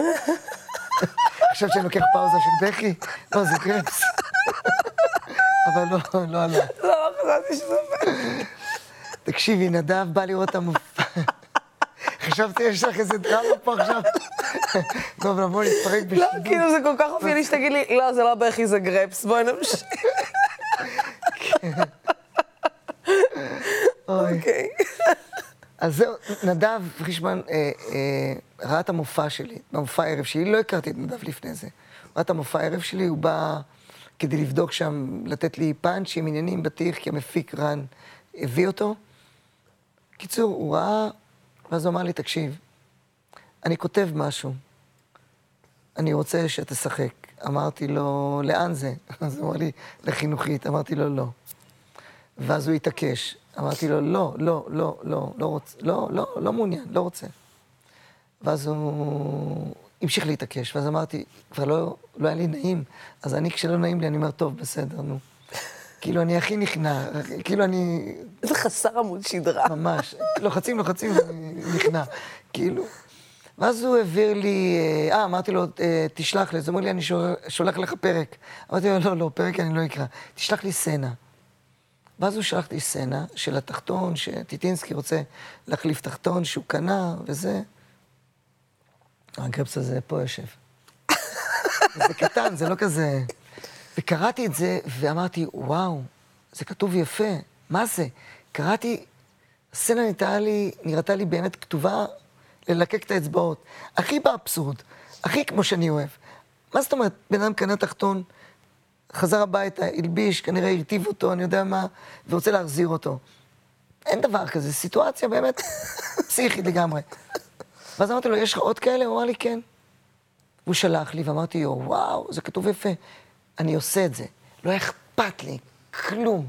Speaker 2: חשבת שאני לוקח פאוזה של בכי? לא, זה גרפס. אבל לא, לא עלה.
Speaker 1: לא, לא חשבתי שזה...
Speaker 2: תקשיבי, נדב בא לראות את המופע. חשבתי, יש לך איזה דרמה פה עכשיו. טוב, נבוא להתפרק
Speaker 1: לא,
Speaker 2: בשידור.
Speaker 1: כאילו זה כל כך אופייני שתגיד לי, לא, זה לא בכי, זה גרפס, בואי נמשיך.
Speaker 2: אוי.
Speaker 1: אוקיי.
Speaker 2: אז זהו, נדב פרישמן אה, אה, ראה את המופע שלי, במופע הערב שלי, לא הכרתי את נדב לפני זה. ראה את המופע הערב שלי, הוא בא כדי לבדוק שם, לתת לי פאנץ' עם עניינים בטיח, כי המפיק רן הביא אותו. קיצור, הוא ראה, ואז הוא אמר לי, תקשיב, אני כותב משהו, אני רוצה שתשחק. אמרתי לו, לאן זה? אז הוא אמר לי, לחינוכית. אמרתי לו, לא. ואז הוא התעקש. אמרתי לו, לא, לא, לא, לא, לא רוצה, לא, לא, לא מעוניין, לא רוצה. ואז הוא המשיך להתעקש, ואז אמרתי, כבר לא, לא היה לי נעים, אז אני, כשלא נעים לי, אני אומר, טוב, בסדר, נו. כאילו, אני הכי נכנע, כאילו, אני...
Speaker 1: איזה חסר עמוד שדרה.
Speaker 2: ממש, לוחצים, לוחצים, ואני נכנע, כאילו. ואז הוא העביר לי, אה, אמרתי לו, תשלח לי, אז הוא אומר לי, אני שולח לך פרק. אמרתי לו, לא, לא, פרק אני לא אקרא, תשלח לי סצנה. ואז הוא שלח לי סצנה של התחתון, שטיטינסקי רוצה להחליף תחתון שהוא קנה, וזה... הגרפס הזה פה יושב. זה קטן, זה לא כזה... וקראתי את זה, ואמרתי, וואו, זה כתוב יפה, מה זה? קראתי, הסצנה נראתה לי, נראתה לי באמת כתובה ללקק את האצבעות. הכי באבסורד, הכי כמו שאני אוהב. מה זאת אומרת, בן אדם קנה תחתון, חזר הביתה, הלביש, כנראה הרטיב אותו, אני יודע מה, ורוצה להחזיר אותו. אין דבר כזה, סיטואציה באמת פסיכית לגמרי. ואז אמרתי לו, יש לך עוד כאלה? הוא אמר לי, כן. והוא שלח לי, ואמרתי, יו, וואו, זה כתוב יפה. אני עושה את זה. לא אכפת לי, כלום.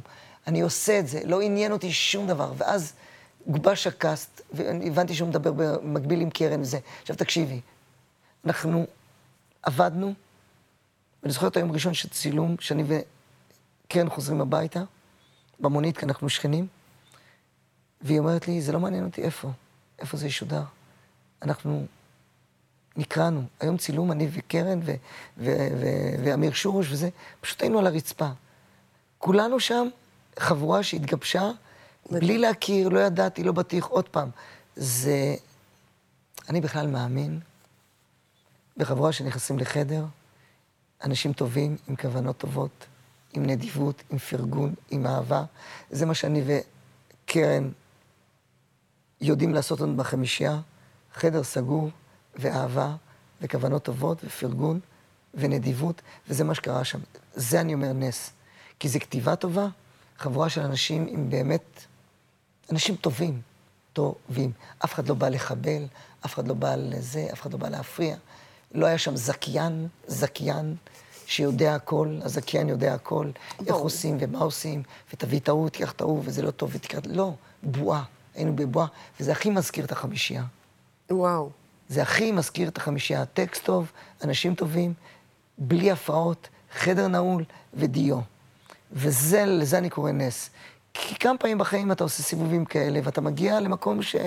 Speaker 2: אני עושה את זה, לא עניין אותי שום דבר. ואז גובש הקאסט, והבנתי שהוא מדבר במקביל עם קרן וזה. עכשיו תקשיבי, אנחנו עבדנו, ואני זוכר את היום ראשון של צילום, שאני וקרן חוזרים הביתה, במונית, כי אנחנו שכנים, והיא אומרת לי, זה לא מעניין אותי איפה, איפה זה ישודר. אנחנו נקראנו, היום צילום, אני וקרן ו- ו- ו- ואמיר שורוש וזה, פשוט היינו על הרצפה. כולנו שם, חבורה שהתגבשה, בלי להכיר, לא ידעתי, לא בטיח, עוד פעם. זה... אני בכלל מאמין בחבורה שנכנסים לחדר, אנשים טובים, עם כוונות טובות, עם נדיבות, עם פרגון, עם אהבה. זה מה שאני וקרן יודעים לעשות עוד בחמישייה, חדר סגור ואהבה וכוונות טובות ופרגון ונדיבות, וזה מה שקרה שם. זה אני אומר נס. כי זו כתיבה טובה, חבורה של אנשים עם באמת, אנשים טובים, טובים. אף אחד לא בא לחבל, אף אחד לא בא לזה, אף אחד לא בא להפריע. לא היה שם זכיין, זכיין, שיודע הכל, הזכיין יודע הכל, איך עושים ומה עושים, ותביא טעות, תיקח טעות, וזה לא טוב, ותקרא... לא, בועה. היינו בבועה, וזה הכי מזכיר את החמישייה.
Speaker 1: וואו.
Speaker 2: זה הכי מזכיר את החמישייה. הטקסט טוב, אנשים טובים, בלי הפרעות, חדר נעול ודיו. וזה, לזה אני קורא נס. כי כמה פעמים בחיים אתה עושה סיבובים כאלה, ואתה מגיע למקום ש...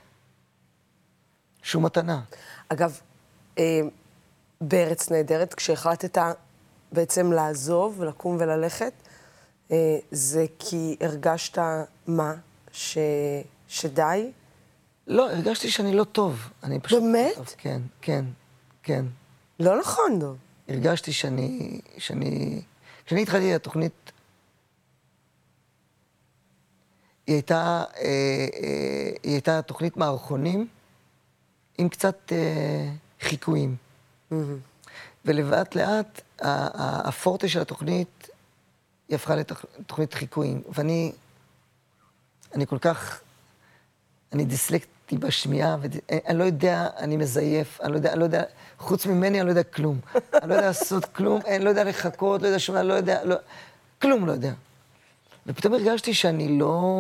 Speaker 2: שהוא מתנה.
Speaker 1: אגב, אה, בארץ נהדרת, כשהחלטת בעצם לעזוב ולקום וללכת, אה, זה כי הרגשת מה? ש... שדי?
Speaker 2: לא, הרגשתי שאני לא טוב. אני פשוט...
Speaker 1: באמת?
Speaker 2: טוב. כן, כן, כן.
Speaker 1: לא נכון, דוב.
Speaker 2: הרגשתי שאני... שאני... כשאני התחלתי את התוכנית, היא הייתה, אה, אה, היא הייתה תוכנית מערכונים עם קצת אה, חיקויים. Mm-hmm. ולאט לאט, הפורטה של התוכנית, היא הפכה לתוכנית חיקויים. ואני, אני כל כך, אני דיסלקטי בשמיעה, ואני לא יודע, אני מזייף, אני לא יודע, אני לא יודע, חוץ ממני אני לא יודע כלום. אני לא יודע לעשות כלום, אני לא יודע לחכות, לא יודע שום, אני לא יודע, לא, כלום לא יודע. ופתאום הרגשתי שאני לא...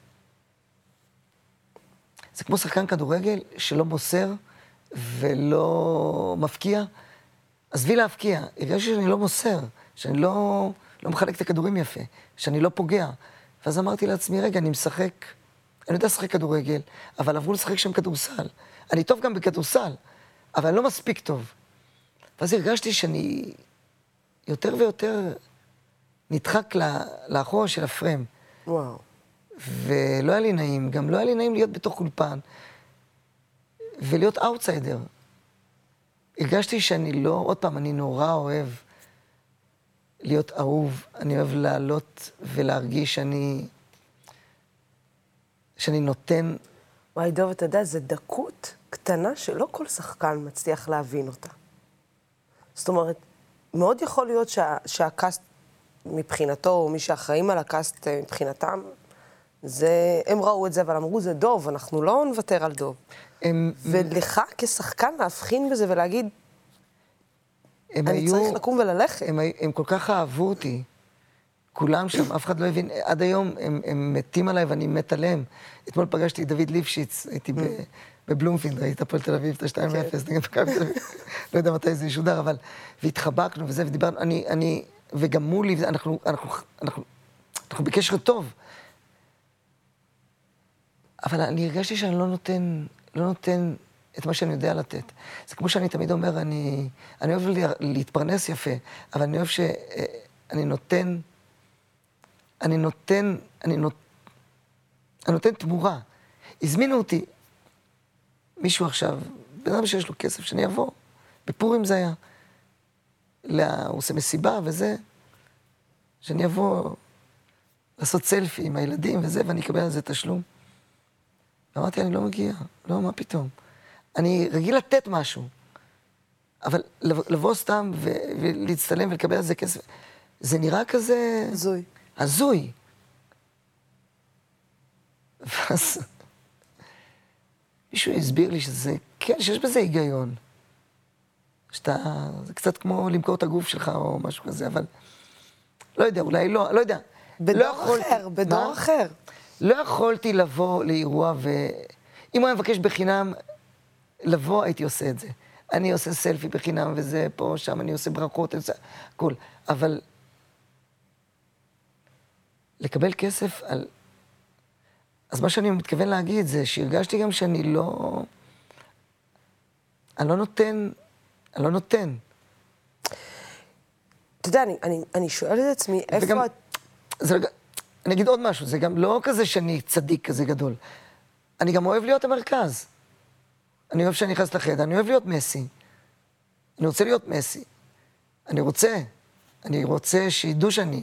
Speaker 2: זה כמו שחקן כדורגל שלא מוסר ולא מפקיע. עזבי להפקיע, הרגשתי שאני לא מוסר, שאני לא, לא מחלק את הכדורים יפה, שאני לא פוגע. ואז אמרתי לעצמי, רגע, אני משחק, אני יודע לשחק כדורגל, אבל עברו לשחק שם כדורסל. אני טוב גם בכדורסל, אבל אני לא מספיק טוב. ואז הרגשתי שאני יותר ויותר נדחק לאחורה של הפרם.
Speaker 1: וואו.
Speaker 2: ולא היה לי נעים, גם לא היה לי נעים להיות בתוך אולפן, ולהיות אאוטסיידר. הרגשתי שאני לא, עוד פעם, אני נורא אוהב להיות אהוב, אני אוהב לעלות ולהרגיש שאני, שאני נותן...
Speaker 1: וואי, דוב, אתה יודע, זו דקות קטנה שלא כל שחקן מצליח להבין אותה. זאת אומרת, מאוד יכול להיות שה, שהקאסט מבחינתו, או מי שאחראים על הקאסט מבחינתם, זה, הם ראו את זה, אבל אמרו, זה דוב, אנחנו לא נוותר על דוב. הם... ולך כשחקן להבחין בזה ולהגיד, אני היו... צריך לקום וללכת.
Speaker 2: הם, הם כל כך אהבו אותי, כולם שם, אף אחד לא הבין, עד היום הם, הם מתים עליי ואני מת עליהם. אתמול פגשתי את דוד ליפשיץ, הייתי בבלומפילד, ראית הפועל תל אביב, את ה-שתיים אפס, נגד מכבי תל אביב, לא יודע מתי זה ישודר, אבל, והתחבקנו וזה, ודיברנו, אני, אני, וגם מולי, אנחנו, אנחנו, אנחנו, אנחנו בקשר טוב. אבל אני הרגשתי שאני לא נותן, לא נותן את מה שאני יודע לתת. זה כמו שאני תמיד אומר, אני, אני אוהב להתפרנס יפה, אבל אני אוהב שאני נותן, אני נותן, אני נות, אני נותן תמורה. הזמינו אותי מישהו עכשיו, בן אדם שיש לו כסף, שאני אבוא, בפורים זה היה. לה, הוא עושה מסיבה וזה, שאני אבוא לעשות סלפי עם הילדים וזה, ואני אקבל על זה תשלום. אמרתי, אני לא מגיע, לא, מה פתאום? אני רגיל לתת משהו, אבל לבוא סתם ו- ולהצטלם ולקבל על זה כסף, זה נראה כזה...
Speaker 1: הזוי.
Speaker 2: הזוי. ואז מישהו הסביר לי שזה, כן, שיש בזה היגיון. שאתה, זה קצת כמו למכור את הגוף שלך או משהו כזה, אבל לא יודע, אולי לא, לא יודע.
Speaker 1: בדור
Speaker 2: יכולתי-
Speaker 1: אחר, בדור
Speaker 2: מה?
Speaker 1: אחר.
Speaker 2: לא יכולתי לבוא לאירוע, ואם הוא היה מבקש בחינם לבוא, הייתי עושה את זה. אני עושה סלפי בחינם, וזה פה, שם, אני עושה ברכות, אני עושה הכל. אבל לקבל כסף על... אז מה שאני מתכוון להגיד זה שהרגשתי גם שאני לא... אני לא נותן, אני לא נותן.
Speaker 1: אתה יודע, אני, אני, אני שואלת את עצמי, איפה
Speaker 2: וגם-
Speaker 1: את...
Speaker 2: זה רגע, אני אגיד עוד משהו, זה גם לא כזה שאני צדיק כזה גדול. אני גם אוהב להיות המרכז. אני אוהב שאני נכנס לחדר, אני אוהב להיות מסי. אני רוצה להיות מסי. אני רוצה. אני רוצה שידעו שאני.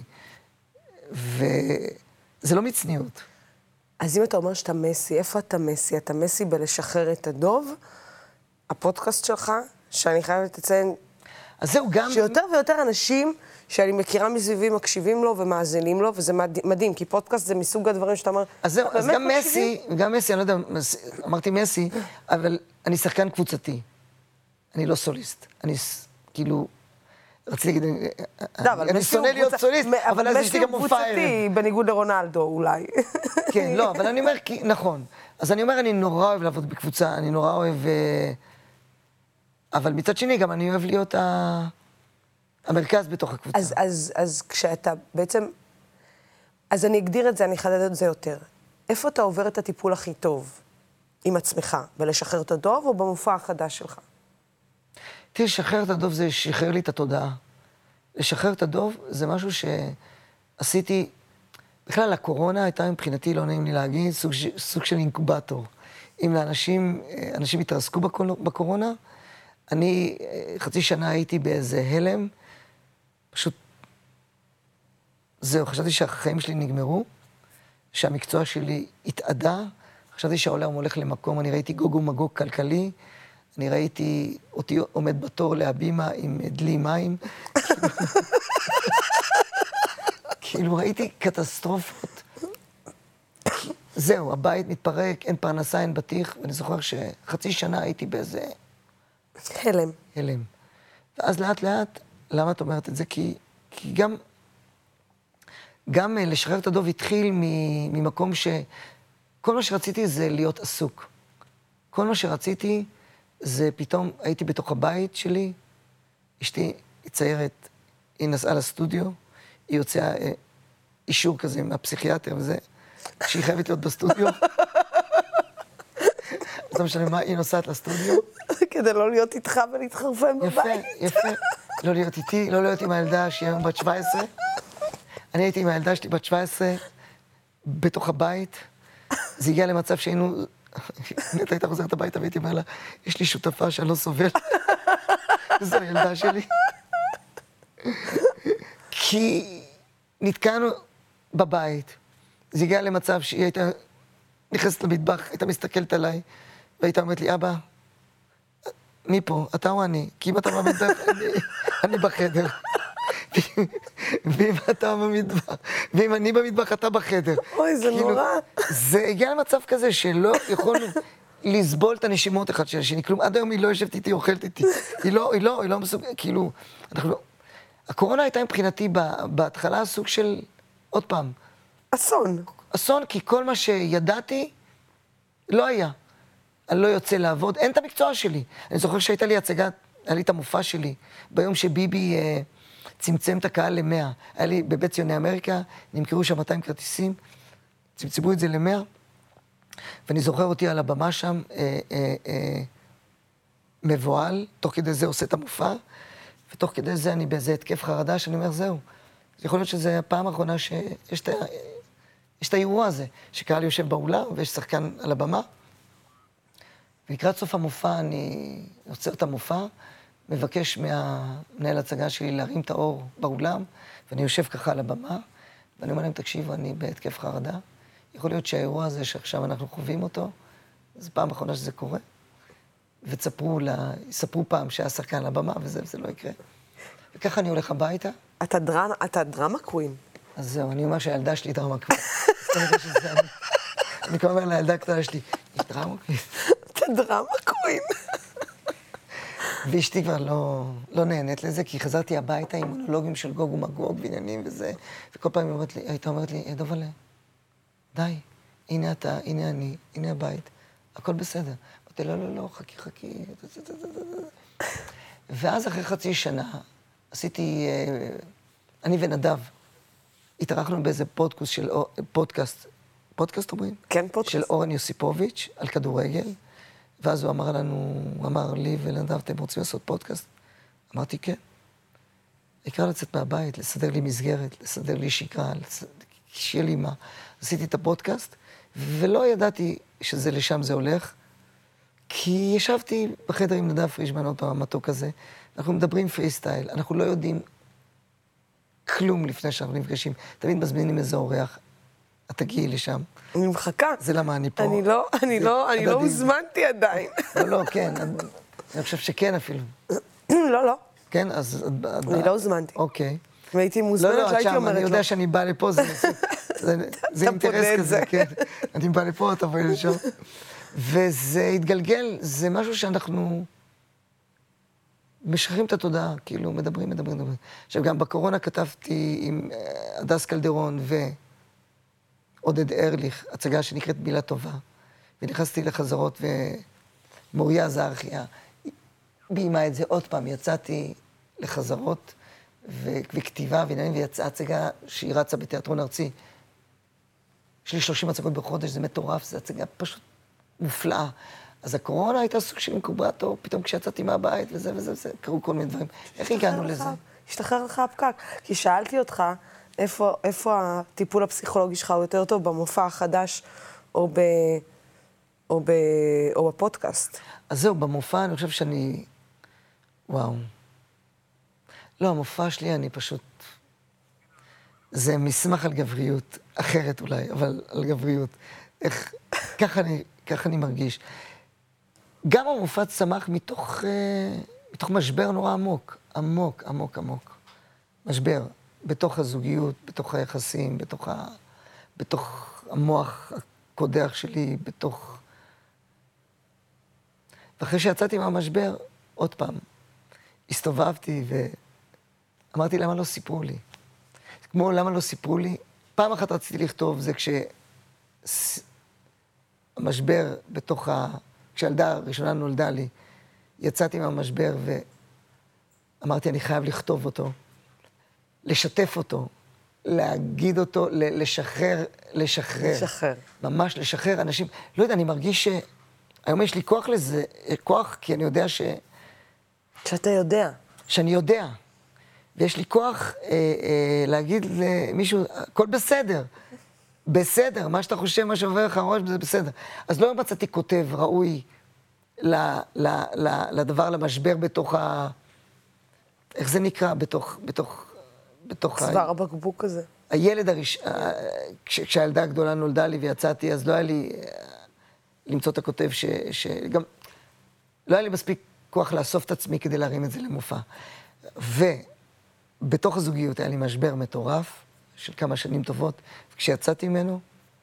Speaker 2: וזה לא מצניעות.
Speaker 1: אז אם אתה אומר שאתה מסי, איפה אתה מסי? אתה מסי בלשחרר את הדוב, הפודקאסט שלך, שאני חייבת לציין
Speaker 2: אז זהו, גם...
Speaker 1: שיותר ויותר אנשים שאני מכירה מסביבי מקשיבים לו ומאזינים לו, וזה מד- מדהים, כי פודקאסט זה מסוג הדברים שאתה אומר,
Speaker 2: אז זהו,
Speaker 1: "אתה
Speaker 2: אז
Speaker 1: באמת
Speaker 2: גם
Speaker 1: מקשיבים?"
Speaker 2: מסי, גם מסי, אני לא יודע, מס- אמרתי מסי, אבל אני שחקן קבוצתי. אני לא סוליסט. אני ס- כאילו... רציתי להגיד,
Speaker 1: לא, אבל
Speaker 2: אני
Speaker 1: מסי
Speaker 2: שונא
Speaker 1: הוא
Speaker 2: להיות
Speaker 1: קבוצ-
Speaker 2: סוליסט,
Speaker 1: מ-
Speaker 2: אבל אז יש לי גם
Speaker 1: מסי הוא
Speaker 2: מופע ערב.
Speaker 1: קבוצתי, בניגוד לרונלדו אולי.
Speaker 2: כן, לא, אבל אני אומר, כי- נכון. אז אני אומר, אני נורא אוהב לעבוד בקבוצה, אני נורא אוהב... אה, אבל מצד שני, גם אני אוהב להיות ה- המרכז בתוך הקבוצה.
Speaker 1: אז, אז, אז כשאתה בעצם... אז אני אגדיר את זה, אני אחדד את זה יותר. איפה אתה עובר את הטיפול הכי טוב עם עצמך? בלשחרר את הדוב או במופע החדש שלך?
Speaker 2: תראי, לשחרר את הדוב זה שחרר לי את התודעה. לשחרר את הדוב זה משהו שעשיתי... בכלל, הקורונה הייתה מבחינתי, לא נעים לי להגיד, סוג, ש- סוג של אינקובטור. אם לאנשים, אנשים התרסקו בקול- בקורונה, אני אה, חצי שנה הייתי באיזה הלם, פשוט... זהו, חשבתי שהחיים שלי נגמרו, שהמקצוע שלי התאדה, חשבתי שהעולם הולך למקום, אני ראיתי גוג ומגוג כלכלי, אני ראיתי אותי עומד בתור להבימה עם דלי מים. כאילו ראיתי קטסטרופות. זהו, הבית מתפרק, אין פרנסה, אין בטיח, ואני זוכר שחצי שנה הייתי באיזה
Speaker 1: הלם.
Speaker 2: הלם. ואז לאט לאט, למה את אומרת את זה? כי, כי גם, גם אה, לשחרר את הדוב התחיל מ- ממקום ש... כל מה שרציתי זה להיות עסוק. כל מה שרציתי זה פתאום הייתי בתוך הבית שלי, אשתי היא ציירת, היא נסעה לסטודיו, היא הוציאה אה, אישור כזה מהפסיכיאטר וזה, שהיא חייבת להיות בסטודיו. אז לא משנה מה, היא נוסעת לסטודיו.
Speaker 1: כדי לא להיות איתך ולהתחרפן
Speaker 2: יפה,
Speaker 1: בבית.
Speaker 2: יפה. לא להיות איתי, לא להיות עם הילדה שהיא היום בת שבע עשרה. אני הייתי עם הילדה שלי בת שבע עשרה בתוך הבית. זה הגיע למצב שהיינו... נטע הייתה חוזרת הביתה והייתי אומר לה, יש לי שותפה שאני לא סובל. זו הילדה שלי. כי נתקענו בבית. זה הגיע למצב שהיא הייתה נכנסת למטבח, הייתה מסתכלת עליי, והייתה אומרת לי, אבא, מי פה? אתה או אני? כי אם אתה במטבח, אני, אני בחדר. ואם אתה במטבח, ואם אני במטבח, אתה בחדר.
Speaker 1: אוי, זה נורא.
Speaker 2: זה הגיע למצב כזה שלא יכולנו לסבול את הנשימות אחד של השני. כלום, עד היום היא לא יושבת איתי, אוכלת איתי. היא לא, היא לא, היא לא מסוג... כאילו, אנחנו לא... הקורונה הייתה מבחינתי בהתחלה סוג של... עוד פעם,
Speaker 1: אסון.
Speaker 2: אסון, כי כל מה שידעתי לא היה. אני לא יוצא לעבוד, אין את המקצוע שלי. אני זוכר שהייתה לי הצגה, היה לי את המופע שלי, ביום שביבי אה, צמצם את הקהל למאה. היה לי בבית ציוני אמריקה, נמכרו שם מאתיים כרטיסים, צמצמו את זה למאה, ואני זוכר אותי על הבמה שם, אה, אה, אה, מבועל, תוך כדי זה עושה את המופע, ותוך כדי זה אני באיזה התקף חרדה, שאני אומר, זהו. יכול להיות שזו הפעם האחרונה שיש את, יש את האירוע הזה, שקהל יושב באולם ויש שחקן על הבמה. ולקראת סוף המופע אני עוצר את המופע, מבקש מהמנהל הצגה שלי להרים את האור באולם, ואני יושב ככה על הבמה, ואני אומר להם, תקשיבו, אני בהתקף חרדה. יכול להיות שהאירוע הזה שעכשיו אנחנו חווים אותו, זו פעם אחרונה שזה קורה. ותספרו לה, יספרו פעם שהיה שחקן על הבמה, וזה, וזה לא יקרה. וככה אני הולך הביתה.
Speaker 1: אתה דרמה, אתה דרמה קווין.
Speaker 2: אז זהו, אני אומר שהילדה שלי דרמה קווין. אז כנראה שזה אני. אני כבר אומר לילדה הקטנה שלי, יש דרמה קווין.
Speaker 1: אתה דרמה קווין.
Speaker 2: ואשתי כבר לא, לא נהנית לזה, כי חזרתי הביתה עם מונולוגים של גוג ומגוג ועניינים וזה, וכל פעם היא הייתה אומרת לי, דובלה, די, הנה אתה, הנה אני, הנה הבית, הכל בסדר. אמרתי, לא, לא, לא, חכי, חכי. ואז אחרי חצי שנה, עשיתי, אני ונדב, התארחנו באיזה פודקאסט של, פודקאסט, פודקאסט אומרים?
Speaker 1: כן, פודקאסט.
Speaker 2: של אורן יוסיפוביץ' על כדורגל, ואז הוא אמר לנו, הוא אמר לי ולנדב, אתם רוצים לעשות פודקאסט? אמרתי, כן. העיקר לצאת מהבית, לסדר לי מסגרת, לסדר לי שיקרה, שיהיה לי מה. עשיתי את הפודקאסט, ולא ידעתי שזה לשם זה הולך, כי ישבתי בחדר עם נדב פרישמן, עוד פעם המתוק הזה, אנחנו מדברים פרי סטייל, אנחנו לא יודעים כלום לפני שאנחנו נפגשים. תמיד מזמינים איזה אורח, את תגיעי לשם.
Speaker 1: אני מחכה.
Speaker 2: זה למה אני פה.
Speaker 1: אני לא, אני לא, אני לא הוזמנתי עדיין.
Speaker 2: לא, לא, כן. אני חושב שכן אפילו.
Speaker 1: לא, לא.
Speaker 2: כן, אז...
Speaker 1: אני לא הוזמנתי.
Speaker 2: אוקיי.
Speaker 1: אם הייתי מוזמנת,
Speaker 2: לא,
Speaker 1: לא הייתי אומרת לו.
Speaker 2: אני יודע שאני בא לפה, זה אינטרס כזה, כן. אני בא לפה, אתה בא לשם. וזה התגלגל, זה משהו שאנחנו משחררים את התודעה, כאילו, מדברים, מדברים, מדברים. עכשיו, גם בקורונה כתבתי עם הדס קלדרון ועודד ארליך, הצגה שנקראת מילה טובה, ונכנסתי לחזרות, ומוריה זרחיה ביימה את זה עוד פעם, יצאתי לחזרות וכתיבה, ויצאה הצגה שהיא רצה בתיאטרון ארצי. יש לי שלושים הצגות בחודש, זה מטורף, זו הצגה פשוט מופלאה. אז הקורונה הייתה סוג של אינקובטור, פתאום כשיצאתי מהבית וזה וזה וזה, קרו כל מיני דברים. איך הגענו לזה?
Speaker 1: השתחרר לך הפקק. כי שאלתי אותך, איפה, איפה הטיפול הפסיכולוגי שלך הוא יותר טוב, במופע החדש או, ב, או, ב, או בפודקאסט?
Speaker 2: אז זהו, במופע אני חושב שאני... וואו. לא, המופע שלי אני פשוט... זה מסמך על גבריות, אחרת אולי, אבל על גבריות. איך... ככה אני... ככה אני מרגיש. גם המופע צמח מתוך, אה, מתוך משבר נורא עמוק, עמוק, עמוק, עמוק. משבר, בתוך הזוגיות, בתוך היחסים, בתוך, ה, בתוך המוח הקודח שלי, בתוך... ואחרי שיצאתי מהמשבר, עוד פעם, הסתובבתי ואמרתי, למה לא סיפרו לי? כמו למה לא סיפרו לי, פעם אחת רציתי לכתוב, זה כש... המשבר בתוך ה... כשהילדה הראשונה נולדה לי, יצאתי מהמשבר ואמרתי, אני חייב לכתוב אותו, לשתף אותו, להגיד אותו, לשחרר, לשחרר.
Speaker 1: לשחרר.
Speaker 2: ממש לשחרר אנשים. לא יודע, אני מרגיש ש... היום יש לי כוח לזה, כוח, כי אני יודע ש...
Speaker 1: שאתה יודע. שאני
Speaker 2: יודע. ויש לי כוח אה, אה, להגיד למישהו, הכל בסדר. בסדר, מה שאתה חושב, מה שעובר לך הראש, זה בסדר. אז לא מצאתי כותב ראוי ל, ל, ל, לדבר, למשבר בתוך ה... איך זה נקרא? בתוך... בתוך... בתוך
Speaker 1: צוואר הבקבוק הזה.
Speaker 2: הילד הראשון... כש, כשהילדה הגדולה נולדה לי ויצאתי, אז לא היה לי למצוא את הכותב ש... שגם... לא היה לי מספיק כוח לאסוף את עצמי כדי להרים את זה למופע. ובתוך הזוגיות היה לי משבר מטורף, של כמה שנים טובות, וכשיצאתי ממנו,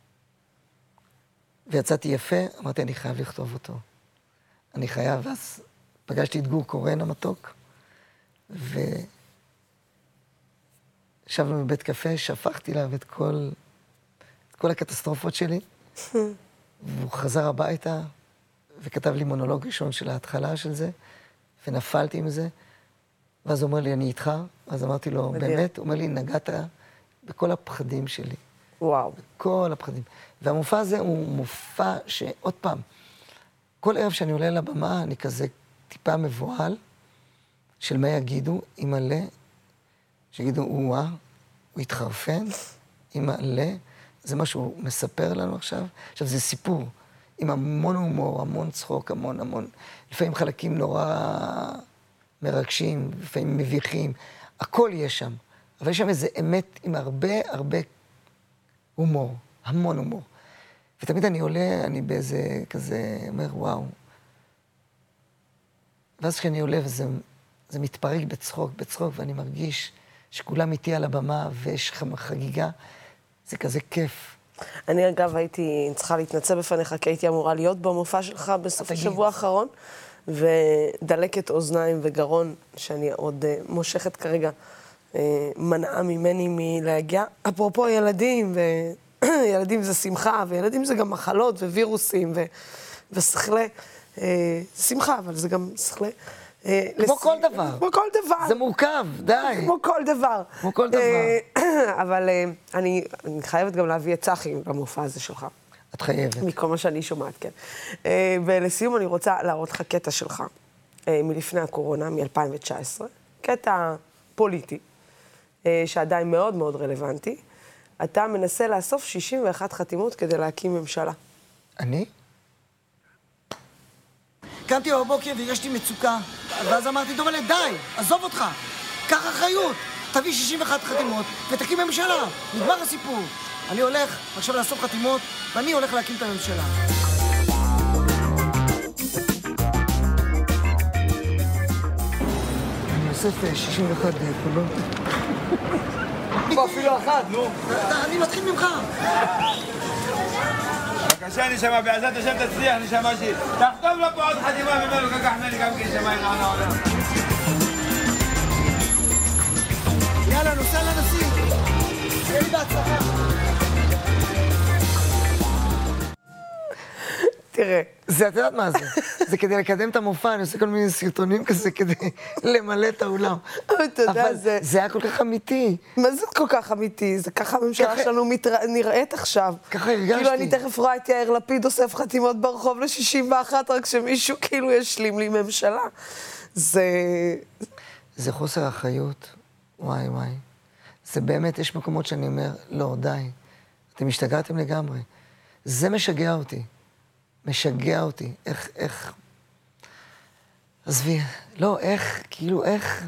Speaker 2: ויצאתי יפה, אמרתי, אני חייב לכתוב אותו. אני חייב, ואז פגשתי את גור קורן המתוק, וישבנו בבית קפה, שפכתי עליו את כל, את כל הקטסטרופות שלי, והוא חזר הביתה, וכתב לי מונולוג ראשון של ההתחלה של זה, ונפלתי עם זה, ואז הוא אומר לי, אני איתך, אז אמרתי לו, מדהים. באמת? הוא אומר לי, נגעת בכל הפחדים שלי.
Speaker 1: וואו.
Speaker 2: בכל הפחדים. והמופע הזה הוא מופע שעוד פעם, כל ערב שאני עולה לבמה, אני כזה טיפה מבועל, של מה יגידו, אימא'לה, שיגידו, וואה, הוא התחרפן, אימא'לה, זה מה שהוא מספר לנו עכשיו. עכשיו, זה סיפור עם המון הומור, המון צחוק, המון המון, לפעמים חלקים נורא מרגשים, לפעמים מביכים, הכל יש שם. אבל יש שם איזה אמת עם הרבה הרבה הומור, המון הומור. ותמיד אני עולה, אני באיזה כזה, אומר, וואו. ואז כשאני עולה וזה זה מתפרק בצחוק, בצחוק, ואני מרגיש שכולם איתי על הבמה ויש חגיגה, זה כזה כיף.
Speaker 1: אני אגב הייתי צריכה להתנצל בפניך, כי הייתי אמורה להיות במופע שלך בסוף השבוע האחרון, ודלקת אוזניים וגרון, שאני עוד uh, מושכת כרגע, uh, מנעה ממני מלהגיע. אפרופו ילדים, וילדים זה שמחה, וילדים זה גם מחלות ווירוסים, ו... ושכלה. uh, שמחה, אבל זה גם שכלה. Uh,
Speaker 2: כמו
Speaker 1: לס...
Speaker 2: כל דבר.
Speaker 1: כמו כל דבר.
Speaker 2: זה מורכב, די.
Speaker 1: כמו כל דבר.
Speaker 2: כמו כל דבר.
Speaker 1: אבל uh, אני, אני חייבת גם להביא את צחי במופע הזה שלך.
Speaker 2: את חייבת.
Speaker 1: מכל מה שאני שומעת, כן. Uh, ולסיום אני רוצה להראות לך קטע שלך, uh, מלפני הקורונה, מ-אלפיים תשע עשרה, קטע פוליטי, uh, שעדיין מאוד מאוד רלוונטי. אתה מנסה לאסוף שישים ואחת חתימות כדי להקים ממשלה.
Speaker 2: אני?
Speaker 6: קמתי בבוקר והרגשתי מצוקה, ואז אמרתי, דובלה, די, עזוב אותך, קח אחריות, תביא שישים ואחת חתימות ותקים ממשלה, נגמר הסיפור. אני הולך עכשיו לאסוף חתימות, ואני הולך להקים את הממשלה.
Speaker 2: אני אוסף שישים ואחת קולות.
Speaker 6: פה אפילו אחת, נו. אני מתחיל ממך.
Speaker 7: בבקשה, נשמה, בעזרת השם תצליח, נשמה שלי. תחתום לו פה עוד חתימה ממנו, ככה ממני גם כן, נשמה, הנה עונה עולה.
Speaker 6: יאללה, נוסע לנשיא. שיהיה לי בהצלחה.
Speaker 1: תראה.
Speaker 2: זה, את יודעת מה זה? זה כדי לקדם את המופע, אני עושה כל מיני סרטונים כזה כדי למלא את האולם.
Speaker 1: אבל אתה יודע,
Speaker 2: אבל
Speaker 1: זה...
Speaker 2: זה היה כל כך אמיתי.
Speaker 1: מה זה כל כך אמיתי? זה ככה הממשלה
Speaker 2: ככה-
Speaker 1: שלנו מתרא- נראית עכשיו.
Speaker 2: ככה הרגשתי.
Speaker 1: כאילו אני תכף רואה את יאיר לפיד אוסף חתימות ברחוב ל-שישים ואחת, רק שמישהו כאילו ישלים לי ממשלה. זה...
Speaker 2: זה חוסר אחריות. וואי וואי. זה באמת, יש מקומות שאני אומר, לא, די. אתם השתגעתם לגמרי. זה משגע אותי. משגע אותי. איך, איך... עזבי, לא, איך, כאילו, איך...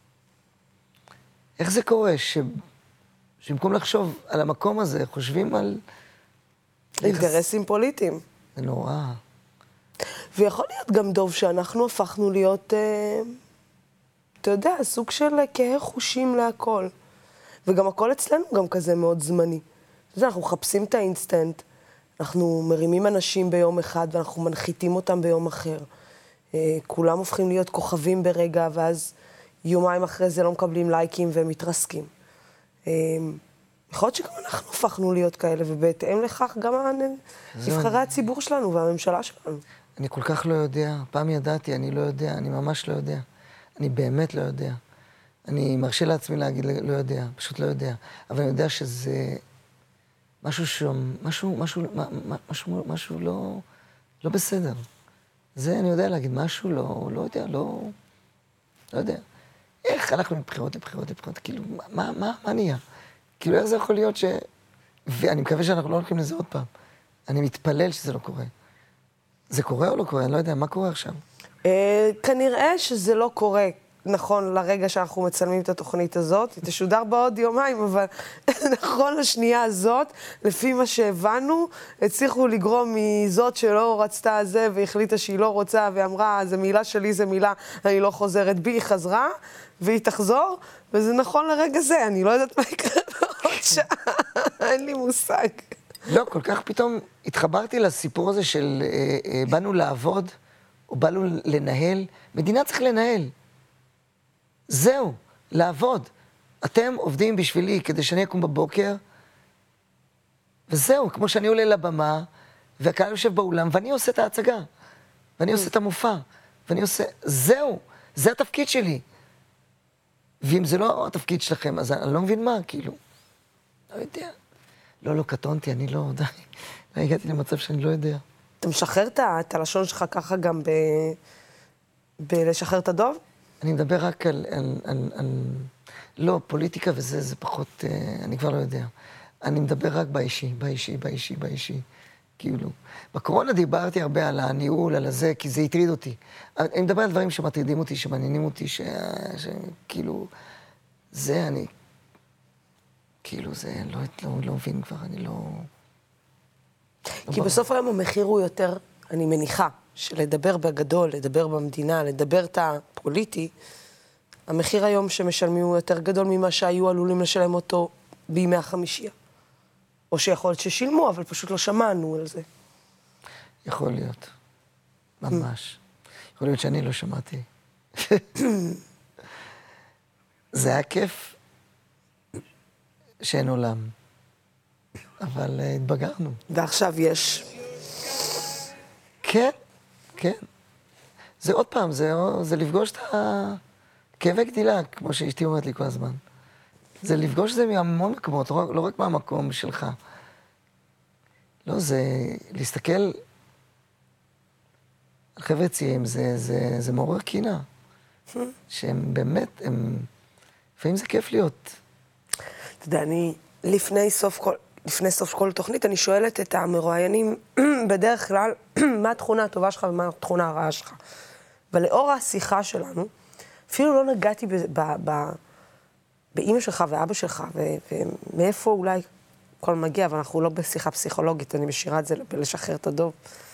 Speaker 2: איך זה קורה ש... שבמקום לחשוב על המקום הזה, חושבים על...
Speaker 1: אינטרסים פוליטיים.
Speaker 2: זה נורא.
Speaker 1: ויכול להיות גם דוב שאנחנו הפכנו להיות, אה, אתה יודע, סוג של כהה חושים להכל. וגם הכל אצלנו גם כזה מאוד זמני. אתה יודע, אנחנו מחפשים את האינסטנט, אנחנו מרימים אנשים ביום אחד ואנחנו מנחיתים אותם ביום אחר. אה, כולם הופכים להיות כוכבים ברגע, ואז יומיים אחרי זה לא מקבלים לייקים והם מתרסקים. אה, יכול להיות שגם אנחנו הפכנו להיות כאלה, ובהתאם לכך גם נבחרי הציבור שלנו והממשלה שלנו.
Speaker 2: אני כל כך לא יודע. פעם ידעתי, אני לא יודע, אני ממש לא יודע. אני באמת לא יודע. אני מרשה לעצמי להגיד לא יודע, פשוט לא יודע. אבל אני יודע שזה משהו שם, משהו, משהו, משהו, משהו לא, לא בסדר. זה אני יודע להגיד, משהו לא, לא יודע, לא, לא יודע. איך הלכנו מבחירות לבחירות לבחירות, כאילו, מה, מה, מה נהיה? כאילו, איך זה יכול להיות ש... ואני מקווה שאנחנו לא הולכים לזה עוד פעם. אני מתפלל שזה לא קורה. זה קורה או לא קורה? אני לא יודע, מה קורה עכשיו?
Speaker 1: אה, כנראה שזה לא קורה, נכון, לרגע שאנחנו מצלמים את התוכנית הזאת. היא תשודר בעוד יומיים, אבל נכון לשנייה הזאת, לפי מה שהבנו, הצליחו לגרום מזאת שלא רצתה זה, והחליטה שהיא לא רוצה, ואמרה, זה מילה שלי, זה מילה, אני לא חוזרת בי, היא חזרה, והיא תחזור, וזה נכון לרגע זה, אני לא יודעת מה יקרה בעוד שעה, אין לי מושג.
Speaker 2: לא, כל כך פתאום התחברתי לסיפור הזה של אה, אה, באנו לעבוד, או באנו לנהל. מדינה צריך לנהל. זהו, לעבוד. אתם עובדים בשבילי כדי שאני אקום בבוקר, וזהו, כמו שאני עולה לבמה, והקהל יושב באולם, ואני עושה את ההצגה, ואני עושה את המופע, ואני עושה... זהו, זה התפקיד שלי. ואם זה לא התפקיד שלכם, אז אני לא מבין מה, כאילו. לא יודע. לא, לא, קטונתי, אני לא, די. לא הגעתי למצב שאני לא יודע.
Speaker 1: אתה משחרר את ה- את הלשון שלך ככה גם ב... בלשחרר את הדוב?
Speaker 2: אני מדבר רק על, על, על, על... לא, פוליטיקה וזה, זה פחות... אה, אני כבר לא יודע. אני מדבר רק באישי, באישי, באישי, באישי. כאילו. בקורונה דיברתי הרבה על הניהול, על הזה, כי זה הטריד אותי. אני מדבר על דברים שמטרידים אותי, שמעניינים אותי, ש... שכאילו... זה אני... כאילו, זה לא, לא, לא מבין כבר, אני לא...
Speaker 1: כי בסוף היום המחיר הוא יותר, אני מניחה, שלדבר בגדול, לדבר במדינה, לדבר את הפוליטי, המחיר היום שמשלמים הוא יותר גדול ממה שהיו עלולים לשלם אותו בימי החמישייה. או שיכול להיות ששילמו, אבל פשוט לא שמענו על זה.
Speaker 2: יכול להיות. ממש. יכול להיות שאני לא שמעתי. זה היה כיף שאין עולם, אבל uh, התבגרנו.
Speaker 1: ועכשיו יש.
Speaker 2: כן, כן. זה עוד פעם, זה, זה לפגוש את הכאבי גדילה, כמו שאשתי אומרת לי כל הזמן. זה לפגוש את זה מהמון מקומות, לא, לא רק מהמקום שלך. לא, זה להסתכל על חבר'ה צעירים, זה, זה, זה מעורר קינה. שהם באמת, הם... לפעמים זה כיף להיות.
Speaker 1: אתה יודע, אני, לפני סוף כל, לפני סוף כל תוכנית, אני שואלת את המרואיינים, בדרך כלל, מה התכונה הטובה שלך ומה התכונה הרעה שלך. ולאור השיחה שלנו, אפילו לא נגעתי ב, ב, ב, באמא שלך ואבא שלך, ו, ומאיפה אולי כל מגיע, ואנחנו לא בשיחה פסיכולוגית, אני משאירה את זה לשחרר את הדוב.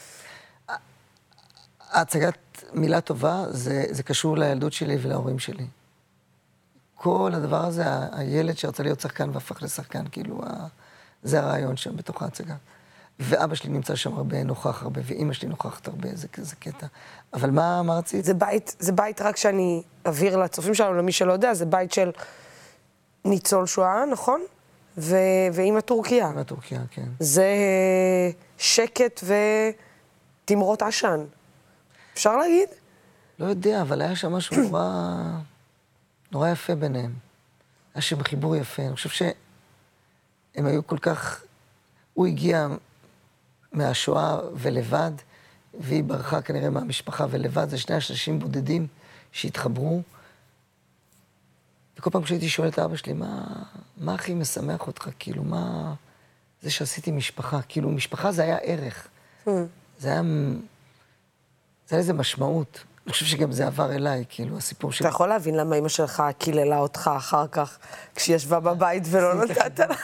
Speaker 2: ההצגת מילה טובה, זה, זה קשור לילדות שלי ולהורים שלי. כל הדבר הזה, ה- הילד שרצה להיות שחקן והפך לשחקן, כאילו, ה... זה הרעיון שם בתוך ההצגה. ואבא שלי נמצא שם הרבה, נוכח הרבה, ואימא שלי נוכחת הרבה, זה, זה קטע. אבל מה, מה רצית?
Speaker 1: זה בית, זה בית רק שאני אעביר לצופים שלנו, למי שלא יודע, זה בית של ניצול שואה, נכון? ו... ואימא טורקיה.
Speaker 2: אימא טורקיה, כן.
Speaker 1: זה שקט ותמרות עשן. אפשר להגיד?
Speaker 2: לא יודע, אבל היה שם משהו נורא, נורא יפה ביניהם. היה שם חיבור יפה. אני חושב שהם היו כל כך... הוא הגיע מהשואה ולבד, והיא ברחה כנראה מהמשפחה ולבד. זה שני אנשים בודדים שהתחברו. וכל פעם כשהייתי שואל את אבא שלי, מה, מה הכי משמח אותך? כאילו, מה... זה שעשיתי משפחה. כאילו, משפחה זה היה ערך.
Speaker 1: Hmm.
Speaker 2: זה היה... זה היה איזה משמעות. אני חושב שגם זה עבר אליי, כאילו, הסיפור של...
Speaker 1: אתה יכול להבין למה אמא שלך קיללה אותך אחר כך, כשישבה בבית ולא נתת לה...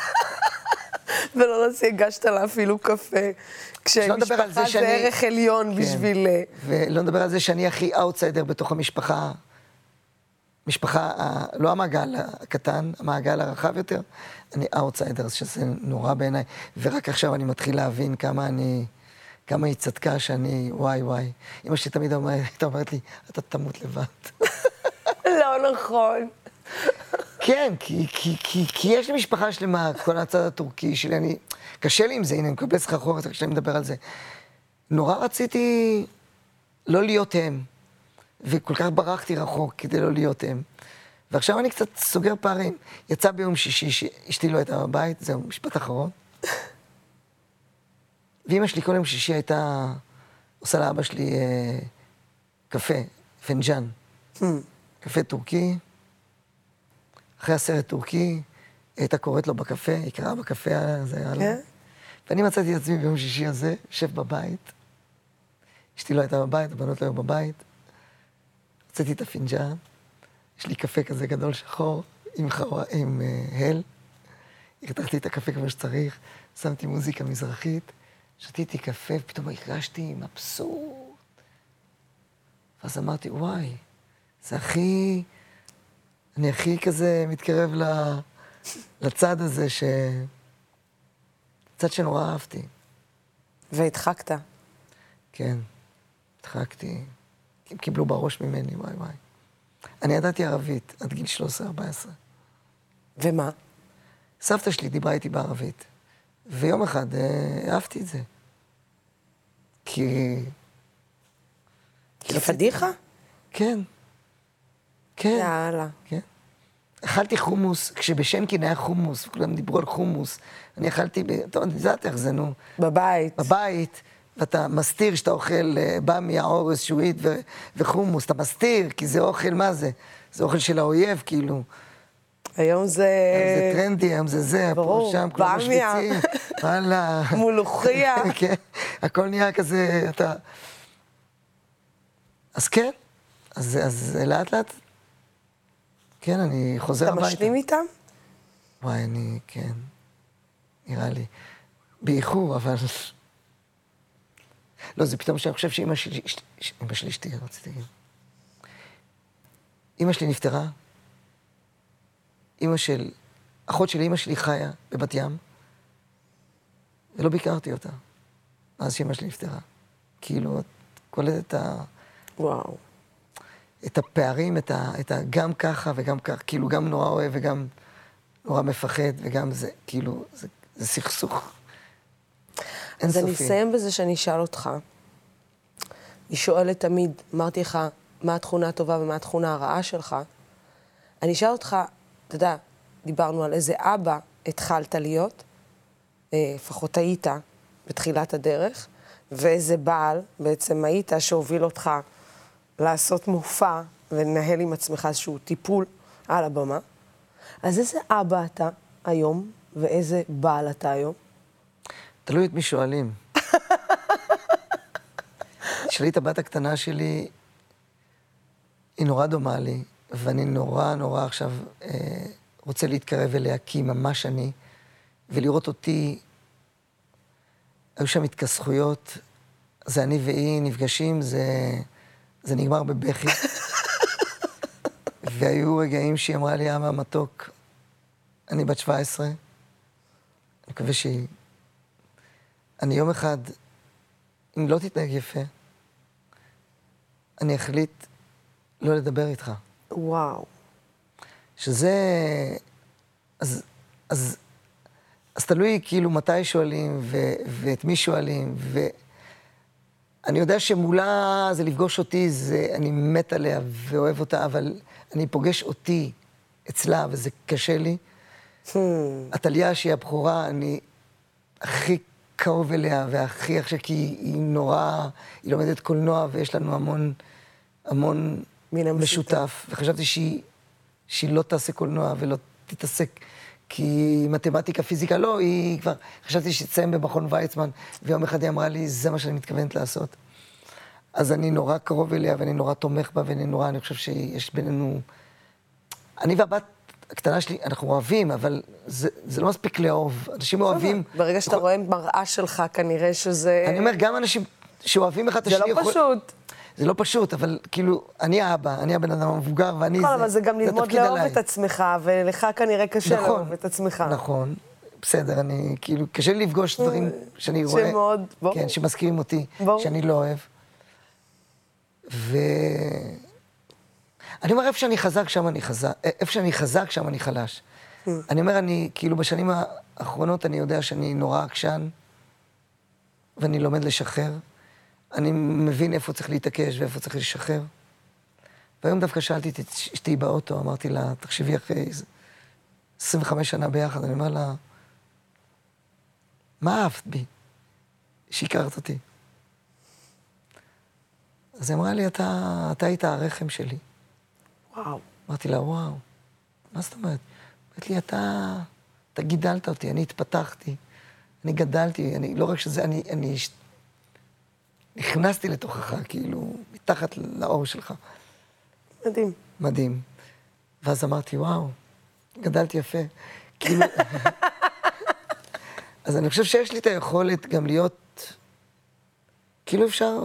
Speaker 1: ולא נצי, הגשת לה אפילו קפה, כשמשפחה זה
Speaker 2: שאני...
Speaker 1: ערך עליון
Speaker 2: כן.
Speaker 1: בשביל...
Speaker 2: ולא נדבר על זה שאני הכי אאוטסיידר בתוך המשפחה. משפחה, לא המעגל הקטן, המעגל הרחב יותר, אני אאוטסיידר, שזה נורא בעיניי. ורק עכשיו אני מתחיל להבין כמה אני... כמה היא צדקה שאני, וואי וואי. אמא שלי תמיד הייתה אומרת לי, אתה תמות לבד.
Speaker 1: לא נכון.
Speaker 2: כן, כי, כי, כי, כי יש לי משפחה שלמה, כל הצד הטורקי שלי, אני... קשה לי עם זה, הנה, אני מקבל סחרחורת, כשאני מדבר על זה. נורא רציתי לא להיות הם, וכל כך ברחתי רחוק כדי לא להיות הם. ועכשיו אני קצת סוגר פערים. יצא ביום שישי, שאשתי לא הייתה בבית, זהו, משפט אחרון. ואמא שלי כל יום שישי הייתה עושה לאבא שלי אה, קפה, פנג'אן.
Speaker 1: Hmm.
Speaker 2: קפה טורקי. אחרי הסרט טורקי, הייתה קוראת לו בקפה, היא קראה בקפה, זה היה לו.
Speaker 1: כן?
Speaker 2: ואני מצאתי את עצמי ביום שישי הזה, יושב בבית. אשתי לא הייתה בבית, הבנות לא היו בבית. הוצאתי את הפנג'אן, יש לי קפה כזה גדול שחור, עם, חו... עם uh, הל. הרתחתי את הקפה כמו שצריך, שמתי מוזיקה מזרחית. שתיתי קפה, פתאום הרגשתי מבסוט. ואז אמרתי, וואי, זה הכי... אני הכי כזה מתקרב לצד הזה, ש... צד שנורא אהבתי.
Speaker 1: והדחקת.
Speaker 2: כן, הדחקתי. הם קיבלו בראש ממני, וואי וואי. אני ידעתי ערבית עד גיל שלוש עשרה ארבע עשרה.
Speaker 1: ומה?
Speaker 2: סבתא שלי דיברה איתי בערבית. ויום אחד אה, אהבתי את זה. כי...
Speaker 1: כי פדיחה?
Speaker 2: כן. כן.
Speaker 1: יאללה.
Speaker 2: כן. אכלתי חומוס, כשבשנקין היה חומוס, וכולם דיברו על חומוס. אני אכלתי, ב... טוב, אני יודעת איך זה, נו.
Speaker 1: בבית.
Speaker 2: בבית, ואתה מסתיר שאתה אוכל במיה, אורז, שועית ו... וחומוס. אתה מסתיר, כי זה אוכל, מה זה? זה אוכל של האויב, כאילו.
Speaker 1: היום זה...
Speaker 2: זה טרנדי, היום זה זה,
Speaker 1: ברור,
Speaker 2: פה שם, כולם
Speaker 1: במיה.
Speaker 2: משוויצים. וואלה.
Speaker 1: מולוכיה.
Speaker 2: כן, הכל נהיה כזה, אתה... אז כן, אז, אז לאט לאט, כן, אני חוזר הביתה.
Speaker 1: אתה משלים איתם?
Speaker 2: וואי, אני, כן, נראה לי. באיחור, אבל... לא, זה פתאום שאני חושב שאמא שלי, אמא שלי אשתי, רציתי להגיד. אמא שלי נפטרה, אמא של, אחות של אמא שלי חיה בבת ים, ולא ביקרתי אותה, אז שאמא שלי נפטרה. כאילו, את קולטת את
Speaker 1: וואו.
Speaker 2: את הפערים, את ה, את ה, גם ככה וגם ככה, כאילו גם נורא אוהב וגם נורא מפחד, וגם זה, כאילו, זה, זה סכסוך אינסופי.
Speaker 1: אז אני אסיים בזה שאני אשאל אותך. אני שואלת תמיד, אמרתי לך, מה התכונה הטובה ומה התכונה הרעה שלך? אני אשאל אותך, אתה יודע, דיברנו על איזה אבא התחלת להיות, לפחות היית בתחילת הדרך, ואיזה בעל בעצם היית שהוביל אותך לעשות מופע ולנהל עם עצמך איזשהו טיפול על הבמה. אז איזה אבא אתה היום, ואיזה בעל אתה היום?
Speaker 2: תלוי את מי שואלים. תשאלי את הבת הקטנה שלי, היא נורא דומה לי, ואני נורא נורא עכשיו אה, רוצה להתקרב אליה, כי ממש אני, ולראות אותי, היו שם התכסחויות, זה אני והיא נפגשים, זה, זה נגמר בבכי. והיו רגעים שהיא אמרה לי, אמה מתוק, אני בת שבע עשרה, אני מקווה שהיא... אני יום אחד, אם לא תתנהג יפה, אני אחליט לא לדבר איתך.
Speaker 1: וואו.
Speaker 2: שזה... אז, אז, אז תלוי כאילו מתי שואלים ו, ואת מי שואלים, ואני יודע שמולה זה לפגוש אותי, זה, אני מת עליה ואוהב אותה, אבל אני פוגש אותי אצלה וזה קשה לי.
Speaker 1: Hmm.
Speaker 2: עתליה שהיא הבחורה, אני הכי קרוב אליה והכי עכשיו, כי היא נורא, היא לומדת קולנוע ויש לנו המון, המון משותף. וחשבתי שהיא, שהיא לא תעשה קולנוע ולא תתעסק, כי מתמטיקה, פיזיקה, לא, היא כבר, חשבתי שתסיים במכון ויצמן, ויום אחד היא אמרה לי, זה מה שאני מתכוונת לעשות. אז אני נורא קרוב אליה ואני נורא תומך בה ואני נורא, אני חושב שיש בינינו... אני והבת הקטנה שלי, אנחנו אוהבים, אבל זה, זה לא מספיק לאהוב. אנשים אוהבים...
Speaker 1: ברגע שאתה רואה מראה שלך, כנראה שזה...
Speaker 2: אני אומר, גם אנשים שאוהבים אחד את השני...
Speaker 1: זה לא פשוט.
Speaker 2: זה לא פשוט, אבל כאילו, אני האבא, אני הבן אדם המבוגר, ואני זה...
Speaker 1: נכון, אבל זה גם ללמוד לאהוב את עצמך, ולך כנראה קשה לאהוב את עצמך.
Speaker 2: נכון, בסדר, אני כאילו, קשה לי לפגוש דברים שאני רואה...
Speaker 1: שמאוד, בוא.
Speaker 2: כן, שמזכירים אותי, שאני לא אוהב. ו... אני אומר, איפה שאני חזק, שם אני חזק, איפה שאני חזק, שם אני חלש. אני אומר, אני, כאילו, בשנים האחרונות אני יודע שאני נורא עקשן, ואני לומד לשחרר. אני מבין איפה צריך להתעקש ואיפה צריך לשחרר. והיום דווקא שאלתי את אשתי באוטו, אמרתי לה, תחשבי אחרי עשרים וחמש שנה ביחד, אני אומר לה, מה אהבת בי? שהכרת אותי. אז היא אמרה לי, אתה, אתה היית הרחם שלי.
Speaker 1: וואו.
Speaker 2: אמרתי לה, וואו, מה זאת אומרת? אמרתי לי, אתה, אתה גידלת אותי, אני התפתחתי, אני גדלתי, אני, לא רק שזה, אני, אני נכנסתי לתוכך, כאילו, מתחת לאור שלך.
Speaker 1: מדהים.
Speaker 2: מדהים. ואז אמרתי, וואו, גדלתי יפה. כאילו... אז אני חושב שיש לי את היכולת גם להיות... כאילו אפשר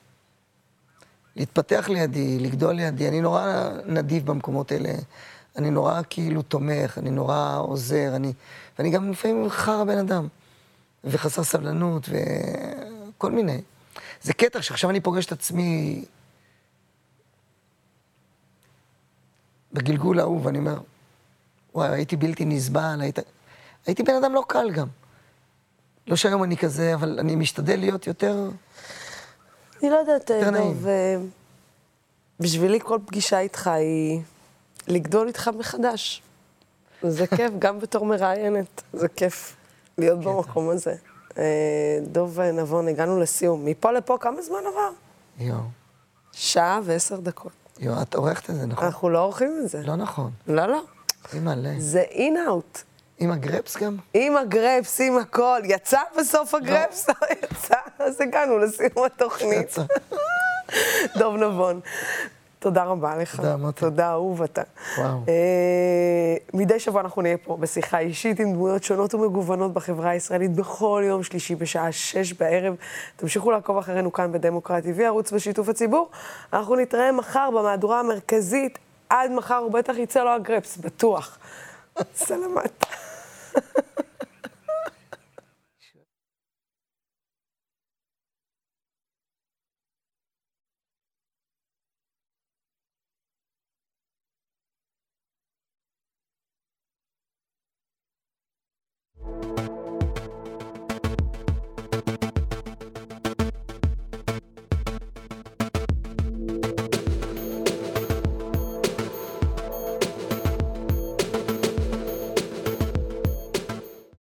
Speaker 2: להתפתח לידי, לגדול לידי. אני נורא נדיב במקומות האלה. אני נורא כאילו תומך, אני נורא עוזר, אני... ואני גם לפעמים חרא בן אדם. וחסר סבלנות וכל מיני. זה קטע שעכשיו אני פוגש את עצמי בגלגול ההוא, ואני אומר, וואי, הייתי בלתי נסבל, היית... הייתי בן אדם לא קל גם. לא שהיום אני כזה, אבל אני משתדל להיות יותר...
Speaker 1: אני לא יודעת,
Speaker 2: יותר נעים.
Speaker 1: דוב, בשבילי כל פגישה איתך היא לגדול איתך מחדש. זה כיף, גם בתור מראיינת, זה כיף להיות במקום הזה. דוב נבון, הגענו לסיום. מפה לפה, כמה זמן עבר?
Speaker 2: יו.
Speaker 1: שעה ועשר דקות.
Speaker 2: יו, את עורכת את זה, נכון?
Speaker 1: אנחנו לא עורכים את זה.
Speaker 2: לא נכון.
Speaker 1: לא, לא.
Speaker 2: היא מלא.
Speaker 1: זה אין-אאוט.
Speaker 2: עם הגרפס גם?
Speaker 1: עם הגרפס, עם הכל. יצא בסוף הגרפס? יצא, אז הגענו לסיום התוכנית.
Speaker 2: יצא.
Speaker 1: דוב נבון. תודה רבה לך.
Speaker 2: תודה, מוטי.
Speaker 1: תודה, אהוב אתה.
Speaker 2: וואו.
Speaker 1: מדי שבוע אנחנו נהיה פה בשיחה אישית עם דמויות שונות ומגוונות בחברה הישראלית בכל יום שלישי בשעה שש בערב. תמשיכו לעקוב אחרינו כאן בדמוקרט טי וי, ערוץ בשיתוף הציבור. אנחנו נתראה מחר במהדורה המרכזית. עד מחר הוא בטח יצא לו הגרפס, בטוח. סלמת.